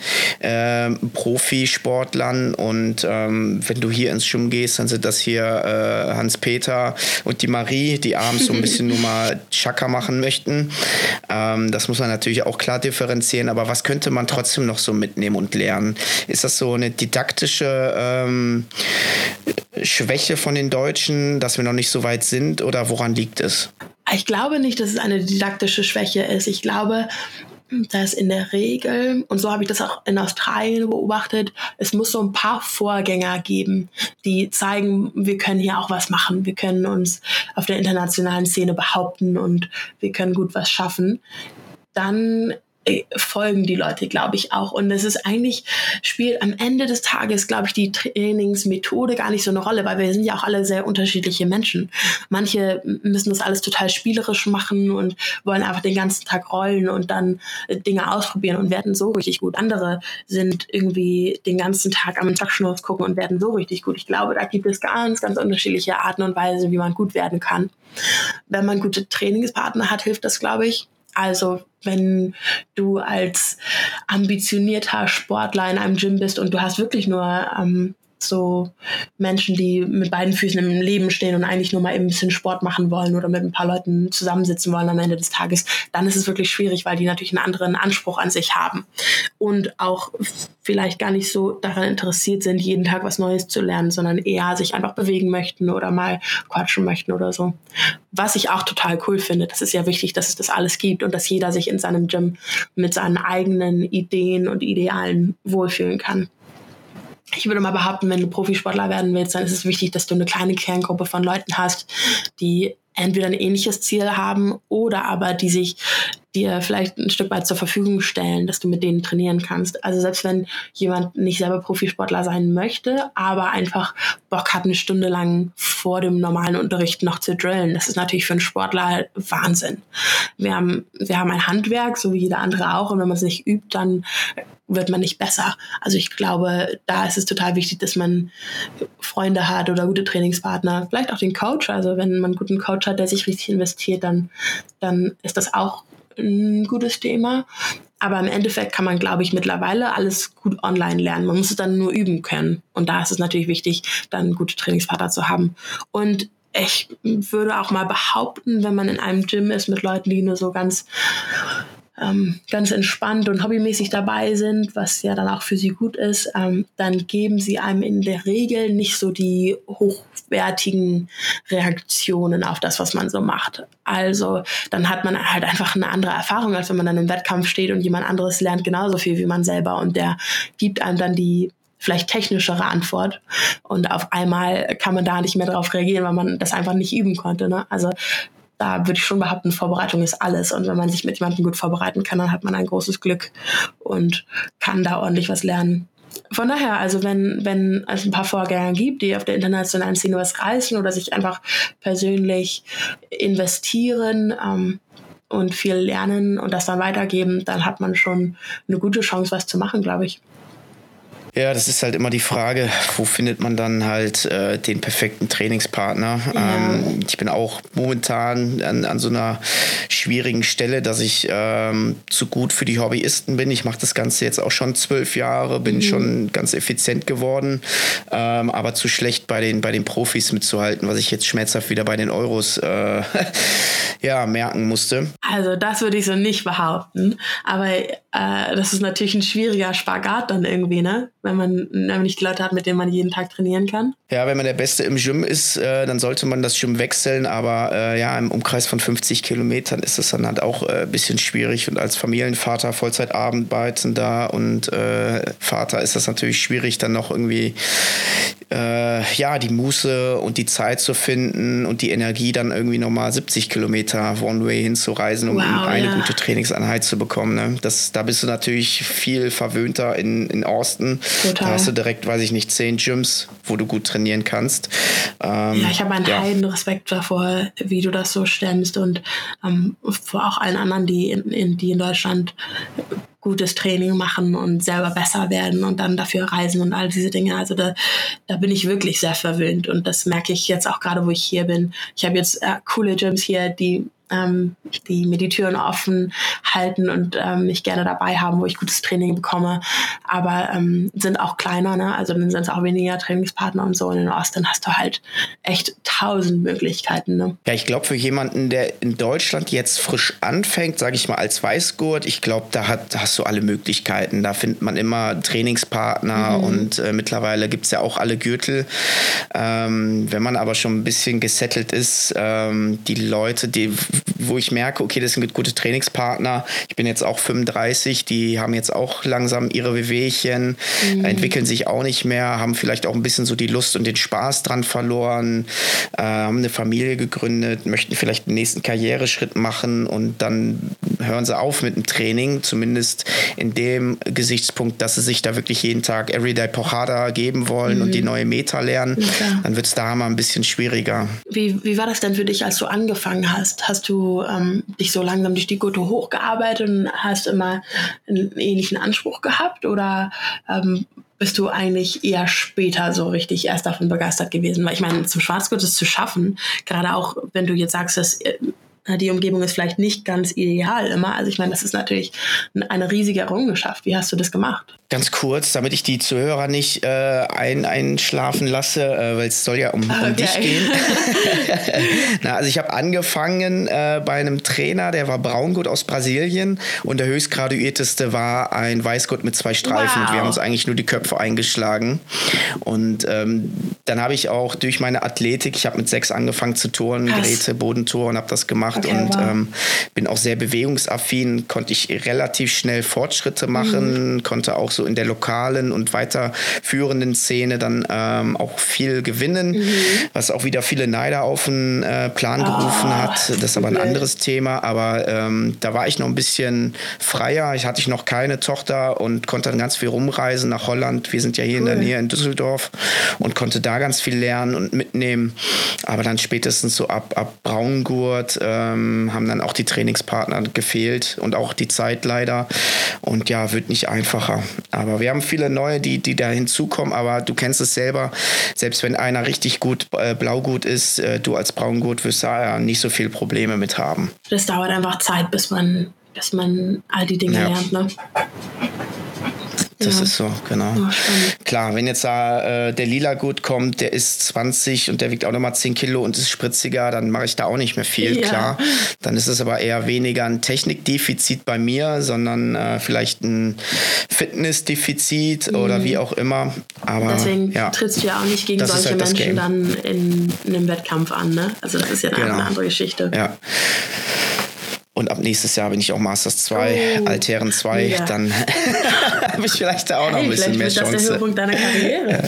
Profisportlern und wenn du hier ins Gym gehst, dann sind das hier Hans-Peter und die Marie, die abends so ein bisschen nur mal Chaka machen möchten. Das muss man natürlich auch klar differenzieren, aber was könnte man trotzdem noch so mitnehmen und lernen? Ist das so eine didaktische Schwäche von den Deutschen, dass wir noch nicht so weit sind oder woran liegt es? Ich glaube nicht, dass es eine didaktische Schwäche ist. Ich glaube, dass in der Regel, und so habe ich das auch in Australien beobachtet, es muss so ein paar Vorgänger geben, die zeigen, wir können hier auch was machen, wir können uns auf der internationalen Szene behaupten und wir können gut was schaffen. Dann folgen die Leute, glaube ich, auch. Und es ist eigentlich, spielt am Ende des Tages, glaube ich, die Trainingsmethode gar nicht so eine Rolle, weil wir sind ja auch alle sehr unterschiedliche Menschen. Manche müssen das alles total spielerisch machen und wollen einfach den ganzen Tag rollen und dann Dinge ausprobieren und werden so richtig gut. Andere sind irgendwie den ganzen Tag am Taschenschnurz gucken und werden so richtig gut. Ich glaube, da gibt es ganz, ganz unterschiedliche Arten und Weisen, wie man gut werden kann. Wenn man gute Trainingspartner hat, hilft das, glaube ich. Also wenn du als ambitionierter Sportler in einem Gym bist und du hast wirklich nur so Menschen, die mit beiden Füßen im Leben stehen und eigentlich nur mal eben ein bisschen Sport machen wollen oder mit ein paar Leuten zusammensitzen wollen am Ende des Tages, dann ist es wirklich schwierig, weil die natürlich einen anderen Anspruch an sich haben und auch vielleicht gar nicht so daran interessiert sind, jeden Tag was Neues zu lernen, sondern eher sich einfach bewegen möchten oder mal quatschen möchten oder so. Was ich auch total cool finde, das ist ja wichtig, dass es das alles gibt und dass jeder sich in seinem Gym mit seinen eigenen Ideen und Idealen wohlfühlen kann. Ich würde mal behaupten, wenn du Profisportler werden willst, dann ist es wichtig, dass du eine kleine Kerngruppe von Leuten hast, die entweder ein ähnliches Ziel haben oder aber die sich dir vielleicht ein Stück weit zur Verfügung stellen, dass du mit denen trainieren kannst. Also selbst wenn jemand nicht selber Profisportler sein möchte, aber einfach Bock hat, eine Stunde lang vor dem normalen Unterricht noch zu drillen, das ist natürlich für einen Sportler Wahnsinn. Wir haben ein Handwerk, so wie jeder andere auch, und wenn man es nicht übt, dann wird man nicht besser. Also ich glaube, da ist es total wichtig, dass man Freunde hat oder gute Trainingspartner, vielleicht auch den Coach. Also wenn man einen guten Coach hat, der sich richtig investiert, dann ist das auch ein gutes Thema. Aber im Endeffekt kann man, glaube ich, mittlerweile alles gut online lernen. Man muss es dann nur üben können. Und da ist es natürlich wichtig, dann gute Trainingspartner zu haben. Und ich würde auch mal behaupten, wenn man in einem Gym ist mit Leuten, die nur so ganz ganz entspannt und hobbymäßig dabei sind, was ja dann auch für sie gut ist, dann geben sie einem in der Regel nicht so die hochwertigen Reaktionen auf das, was man so macht. Also dann hat man halt einfach eine andere Erfahrung, als wenn man dann im Wettkampf steht und jemand anderes lernt genauso viel wie man selber und der gibt einem dann die vielleicht technischere Antwort und auf einmal kann man da nicht mehr drauf reagieren, weil man das einfach nicht üben konnte. Ne? Also da würde ich schon behaupten, Vorbereitung ist alles und wenn man sich mit jemandem gut vorbereiten kann, dann hat man ein großes Glück und kann da ordentlich was lernen. Von daher, also wenn es ein paar Vorgänger gibt, die auf der internationalen Szene was reißen oder sich einfach persönlich investieren und viel lernen und das dann weitergeben, dann hat man schon eine gute Chance, was zu machen, glaube ich. Ja, das ist halt immer die Frage, wo findet man dann halt den perfekten Trainingspartner? Ja. Ich bin auch momentan an so einer schwierigen Stelle, dass ich zu gut für die Hobbyisten bin. Ich mache das Ganze jetzt auch schon 12 Jahre, bin schon ganz effizient geworden, aber zu schlecht bei den Profis mitzuhalten, was ich jetzt schmerzhaft wieder bei den Euros merken musste. Also das würde ich so nicht behaupten, aber das ist natürlich ein schwieriger Spagat dann irgendwie, ne? Wenn man nicht die Leute hat, mit denen man jeden Tag trainieren kann. Ja, wenn man der Beste im Gym ist, dann sollte man das Gym wechseln, aber im Umkreis von 50 Kilometern ist das dann halt auch ein bisschen schwierig und als Familienvater, Vollzeitarbeitender und Vater ist das natürlich schwierig, dann noch irgendwie die Muße und die Zeit zu finden und die Energie dann irgendwie nochmal 70 Kilometer One-Way hinzureisen, um eine gute Trainingseinheit zu bekommen. Ne? Da bist du natürlich viel verwöhnter in Austin. Total. Da hast du direkt, 10 Gyms, wo du gut trainieren kannst. Ich habe einen Heidenrespekt davor, wie du das so stemmst und vor auch allen anderen, die in Deutschland gutes Training machen und selber besser werden und dann dafür reisen und all diese Dinge. Also da bin ich wirklich sehr verwöhnt und das merke ich jetzt auch gerade, wo ich hier bin. Ich habe jetzt coole Gyms hier, die mir die Türen offen halten und mich gerne dabei haben, wo ich gutes Training bekomme, aber sind auch kleiner, ne? Also dann sind es auch weniger Trainingspartner und so und in Austin hast du halt echt 1000 Möglichkeiten. Ne? Ja, ich glaube für jemanden, der in Deutschland jetzt frisch anfängt, sage ich mal als Weißgurt, ich glaube, da hast du alle Möglichkeiten, da findet man immer Trainingspartner und mittlerweile gibt es ja auch alle Gürtel. Wenn man aber schon ein bisschen gesettelt ist, die Leute, wo ich merke, okay, das sind gute Trainingspartner. Ich bin jetzt auch 35, die haben jetzt auch langsam ihre Wehwehchen, entwickeln sich auch nicht mehr, haben vielleicht auch ein bisschen so die Lust und den Spaß dran verloren, haben eine Familie gegründet, möchten vielleicht den nächsten Karriereschritt machen und dann hören sie auf mit dem Training, zumindest in dem Gesichtspunkt, dass sie sich da wirklich jeden Tag Everyday Porrada geben wollen und die neue Meta lernen. Okay. Dann wird es da mal ein bisschen schwieriger. Wie war das denn für dich, als du angefangen hast? Hast du dich so langsam durch die Gurte hochgearbeitet und hast immer einen ähnlichen Anspruch gehabt oder bist du eigentlich eher später so richtig erst davon begeistert gewesen? Weil ich meine, zum Schwarzgurt es zu schaffen, gerade auch wenn du jetzt sagst, dass die Umgebung ist vielleicht nicht ganz ideal immer. Also ich meine, das ist natürlich eine riesige Errungenschaft. Wie hast du das gemacht? Ganz kurz, damit ich die Zuhörer nicht einschlafen lasse, weil es soll ja um dich gehen. Also ich habe angefangen bei einem Trainer, der war Braungurt aus Brasilien und der höchstgraduierteste war ein Weißgurt mit 2 Streifen. Wow. Und wir haben uns eigentlich nur die Köpfe eingeschlagen. Und dann habe ich auch durch meine Athletik, ich habe mit 6 angefangen zu turnen, Geräte, Bodentour und habe das gemacht. Okay, und bin auch sehr bewegungsaffin, konnte ich relativ schnell Fortschritte machen, konnte auch so in der lokalen und weiterführenden Szene dann auch viel gewinnen, was auch wieder viele Neider auf den Plan gerufen hat. Das ist aber ein anderes Thema, aber da war ich noch ein bisschen freier. Ich hatte noch keine Tochter und konnte dann ganz viel rumreisen nach Holland. Wir sind ja hier in der Nähe in Düsseldorf und konnte da ganz viel lernen und mitnehmen. Aber dann spätestens so ab Braungurt haben dann auch die Trainingspartner gefehlt und auch die Zeit leider. Und ja, wird nicht einfacher. Aber wir haben viele neue, die da hinzukommen. Aber du kennst es selber. Selbst wenn einer richtig gut Blaugut ist, du als Braungurt wirst da nicht so viel Probleme mit haben. Das dauert einfach Zeit, bis man all die Dinge lernt, ne? Das ist so, genau. Klar, wenn jetzt da der Lila-Gurt kommt, der ist 20 und der wiegt auch nochmal 10 Kilo und ist spritziger, dann mache ich da auch nicht mehr viel, klar. Dann ist es aber eher weniger ein Technikdefizit bei mir, sondern vielleicht ein Fitnessdefizit oder wie auch immer. Aber deswegen trittst du ja auch nicht gegen solche Menschen dann in einem Wettkampf an, ne? Also das ist ja dann eine andere Geschichte. Ja. Und ab nächstes Jahr bin ich auch Masters 2, Altherren 2, dann habe ich vielleicht da auch noch ein bisschen mehr Chance. Vielleicht wird das der Höhepunkt deiner Karriere.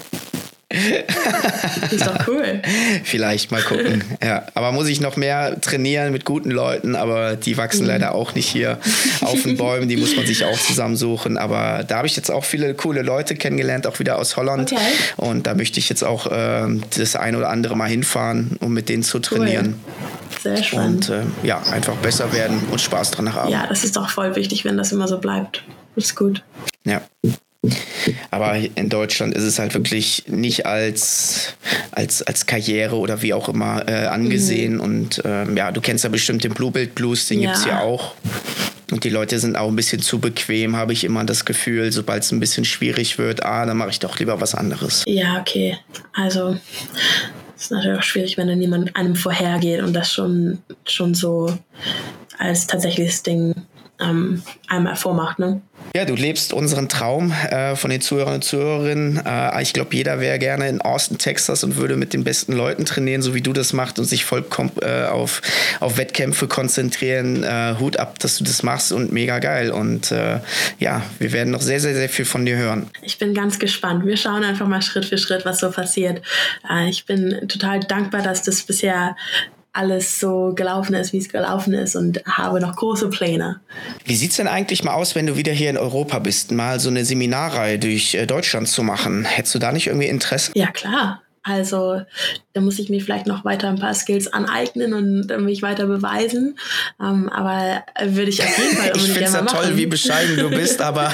Ist doch cool. Vielleicht, mal gucken. Ja, aber muss ich noch mehr trainieren mit guten Leuten, aber die wachsen leider auch nicht hier auf den Bäumen, die muss man sich auch zusammensuchen. Aber da habe ich jetzt auch viele coole Leute kennengelernt, auch wieder aus Holland. Okay. Und da möchte ich jetzt auch das ein oder andere Mal hinfahren, um mit denen zu trainieren. Cool. Sehr spannend. Und einfach besser werden und Spaß dran haben. Ja, das ist doch voll wichtig, wenn das immer so bleibt. Das ist gut. Ja. Aber in Deutschland ist es halt wirklich nicht als Karriere oder wie auch immer angesehen. Und du kennst ja bestimmt den Bluebild Blues, den gibt's hier auch. Und die Leute sind auch ein bisschen zu bequem, habe ich immer das Gefühl. Sobald es ein bisschen schwierig wird, dann mache ich doch lieber was anderes. Ja, okay. Also es ist natürlich auch schwierig, wenn dann jemand einem vorhergeht und das schon so als tatsächliches Ding einmal vormacht, ne? Ja, du lebst unseren Traum von den Zuhörern und Zuhörerinnen. Ich glaube, jeder wäre gerne in Austin, Texas und würde mit den besten Leuten trainieren, so wie du das machst und sich voll auf Wettkämpfe konzentrieren. Hut ab, dass du das machst und mega geil. Und wir werden noch sehr, sehr, sehr viel von dir hören. Ich bin ganz gespannt. Wir schauen einfach mal Schritt für Schritt, was so passiert. Ich bin total dankbar, dass das bisher alles so gelaufen ist, wie es gelaufen ist und habe noch große Pläne. Wie sieht's denn eigentlich mal aus, wenn du wieder hier in Europa bist, mal so eine Seminarreihe durch Deutschland zu machen? Hättest du da nicht irgendwie Interesse? Ja, klar. Also da muss ich mir vielleicht noch weiter ein paar Skills aneignen und mich weiter beweisen. Aber würde ich auf jeden Fall unbedingt gerne machen. Ich finde es ja toll, wie bescheiden du bist, aber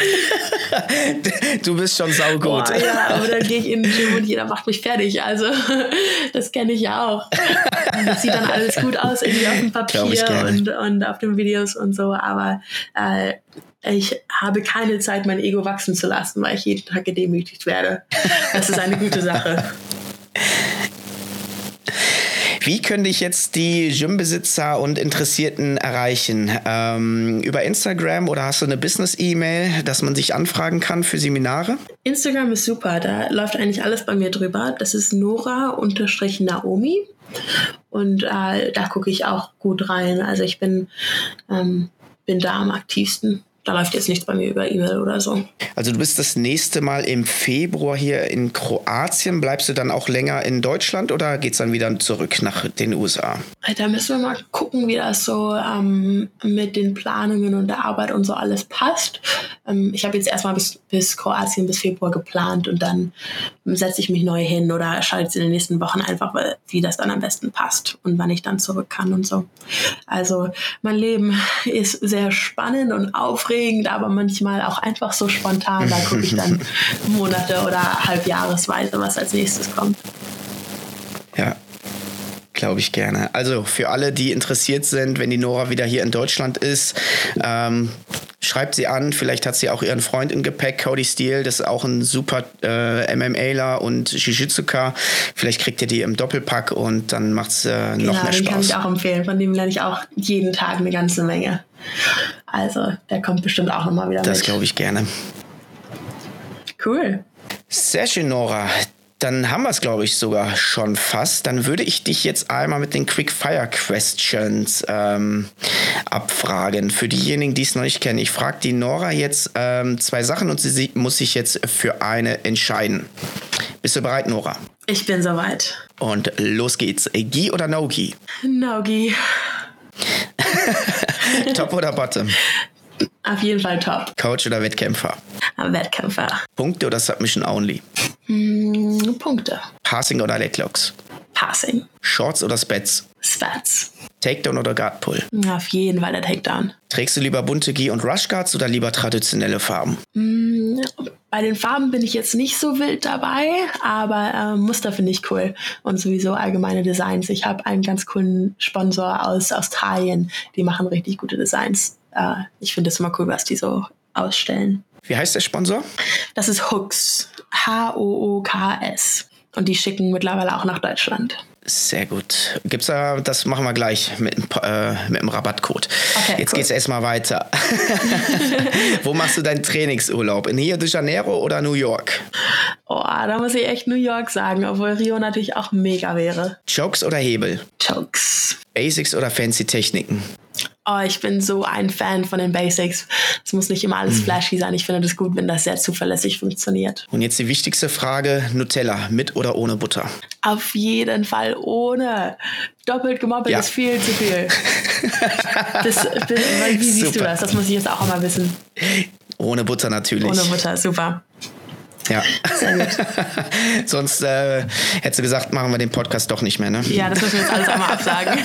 du bist schon saugut. Boah, ja, aber dann gehe ich in den Gym und jeder macht mich fertig. Also das kenne ich ja auch. Das sieht dann alles gut aus, irgendwie auf dem Papier und auf den Videos und so. Aber ich habe keine Zeit, mein Ego wachsen zu lassen, weil ich jeden Tag gedemütigt werde. Das ist eine gute Sache. Wie könnte ich jetzt die Gymbesitzer und Interessierten erreichen? Über Instagram oder hast du eine Business-E-Mail, dass man sich anfragen kann für Seminare? Instagram ist super, da läuft eigentlich alles bei mir drüber. Das ist Nora_Naomi und da gucke ich auch gut rein. Also ich bin da am aktivsten. Da läuft jetzt nichts bei mir über E-Mail oder so. Also du bist das nächste Mal im Februar hier in Kroatien. Bleibst du dann auch länger in Deutschland oder geht's dann wieder zurück nach den USA? Da müssen wir mal gucken, wie das so mit den Planungen und der Arbeit und so alles passt. Ich habe jetzt erstmal bis Kroatien bis Februar geplant und dann setze ich mich neu hin oder schalte es in den nächsten Wochen einfach, wie das dann am besten passt und wann ich dann zurück kann und so. Also mein Leben ist sehr spannend und aufregend, aber manchmal auch einfach so spontan. Da gucke ich dann Monate oder halbjahresweise, was als nächstes kommt. Ja. Glaube ich gerne. Also für alle, die interessiert sind, wenn die Nora wieder hier in Deutschland ist, schreibt sie an. Vielleicht hat sie auch ihren Freund im Gepäck, Cody Steele. Das ist auch ein super MMAler und Jiu-Jitsuka. Vielleicht kriegt ihr die im Doppelpack und dann macht es noch mehr Spaß. Den kann ich auch empfehlen. Von dem lerne ich auch jeden Tag eine ganze Menge. Also der kommt bestimmt auch nochmal wieder mit. Das glaube ich gerne. Cool. Sehr schön, Nora. Dann haben wir es, glaube ich, sogar schon fast. Dann würde ich dich jetzt einmal mit den Quick-Fire-Questions abfragen. Für diejenigen, die es noch nicht kennen. Ich frage die Nora jetzt 2 Sachen und sie muss sich jetzt für eine entscheiden. Bist du bereit, Nora? Ich bin soweit. Und los geht's. Gi oder No Gi? No Gi. Top oder Bottom? Auf jeden Fall Top. Coach oder Wettkämpfer? Wettkämpfer. Punkte oder Submission Only? Punkte. Passing oder Leglocks? Passing. Shorts oder Spats? Spats. Takedown oder Guard Pull? Auf jeden Fall der Takedown. Trägst du lieber bunte Gi und Rush Guards oder lieber traditionelle Farben? Bei den Farben bin ich jetzt nicht so wild dabei, aber Muster finde ich cool und sowieso allgemeine Designs. Ich habe einen ganz coolen Sponsor aus Australien, die machen richtig gute Designs. Ich finde es immer cool, was die so ausstellen. Wie heißt der Sponsor? Das ist Hooks. Hooks. Und die schicken mittlerweile auch nach Deutschland. Sehr gut. Gibt's da, das machen wir gleich mit dem Rabattcode. Okay, jetzt cool. geht's erstmal weiter. Wo machst du deinen Trainingsurlaub? In Rio de Janeiro oder New York? Oh, da muss ich echt New York sagen, obwohl Rio natürlich auch mega wäre. Chokes oder Hebel? Chokes. Basics oder fancy Techniken? Oh, ich bin so ein Fan von den Basics. Es muss nicht immer alles flashy sein. Ich finde das gut, wenn das sehr zuverlässig funktioniert. Und jetzt die wichtigste Frage, Nutella, mit oder ohne Butter? Auf jeden Fall ohne. Doppelt gemoppelt ist viel zu viel. Wie siehst du das? Das muss ich jetzt auch mal wissen. Ohne Butter natürlich. Ohne Butter, super. Ja. Sehr gut. Sonst hättest du gesagt, machen wir den Podcast doch nicht mehr, ne? Ja, das müssen wir jetzt alles einmal absagen.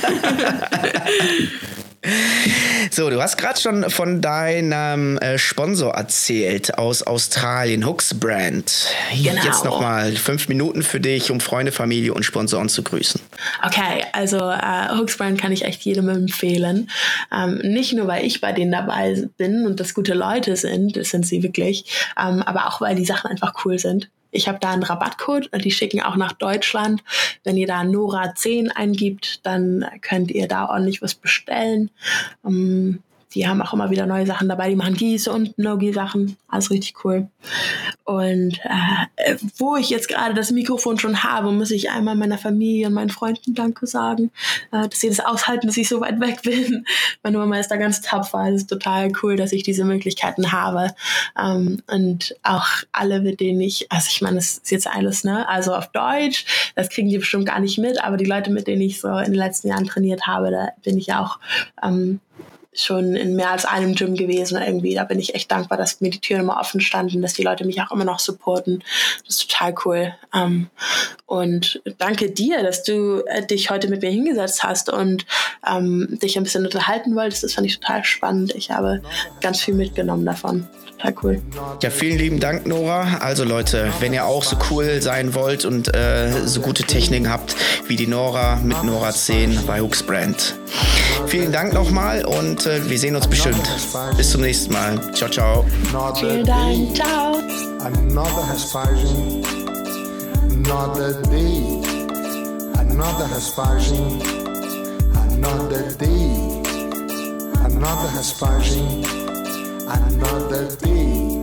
So, du hast gerade schon von deinem Sponsor erzählt aus Australien, Hooks Brand. Genau. Jetzt nochmal 5 Minuten für dich, um Freunde, Familie und Sponsoren zu grüßen. Okay, also Hooks Brand kann ich echt jedem empfehlen. Nicht nur, weil ich bei denen dabei bin und das gute Leute sind, das sind sie wirklich, aber auch, weil die Sachen einfach cool sind. Ich habe da einen Rabattcode und die schicken auch nach Deutschland. Wenn ihr da Nora10 eingibt, dann könnt ihr da ordentlich was bestellen. Die haben auch immer wieder neue Sachen dabei. Die machen Gieße und No-Gi-Sachen. Alles richtig cool. Und wo ich jetzt gerade das Mikrofon schon habe, muss ich einmal meiner Familie und meinen Freunden Danke sagen, dass sie das aushalten, dass ich so weit weg bin. Meine Mama ist da ganz tapfer. Es ist total cool, dass ich diese Möglichkeiten habe. Und auch alle, mit denen also ich meine, das ist jetzt alles, ne? Also auf Deutsch, das kriegen die bestimmt gar nicht mit, aber die Leute, mit denen ich so in den letzten Jahren trainiert habe, da bin ich ja auch schon in mehr als einem Gym gewesen irgendwie. Da bin ich echt dankbar, dass mir die Türen immer offen standen, dass die Leute mich auch immer noch supporten. Das ist total cool. Und danke dir, dass du dich heute mit mir hingesetzt hast und dich ein bisschen unterhalten wolltest. Das fand ich total spannend. Ich habe ganz viel mitgenommen davon. Total cool. Ja, vielen lieben Dank, Nora. Also Leute, wenn ihr auch so cool sein wollt und so gute Techniken habt wie die Nora mit Nora10 bei Hooks Brand. Vielen Dank nochmal und wir sehen uns bestimmt. Bis zum nächsten Mal. Ciao, ciao. Vielen Dank. Ciao. Another has passing, another day. Another has passing, another day. Another has passing, another day.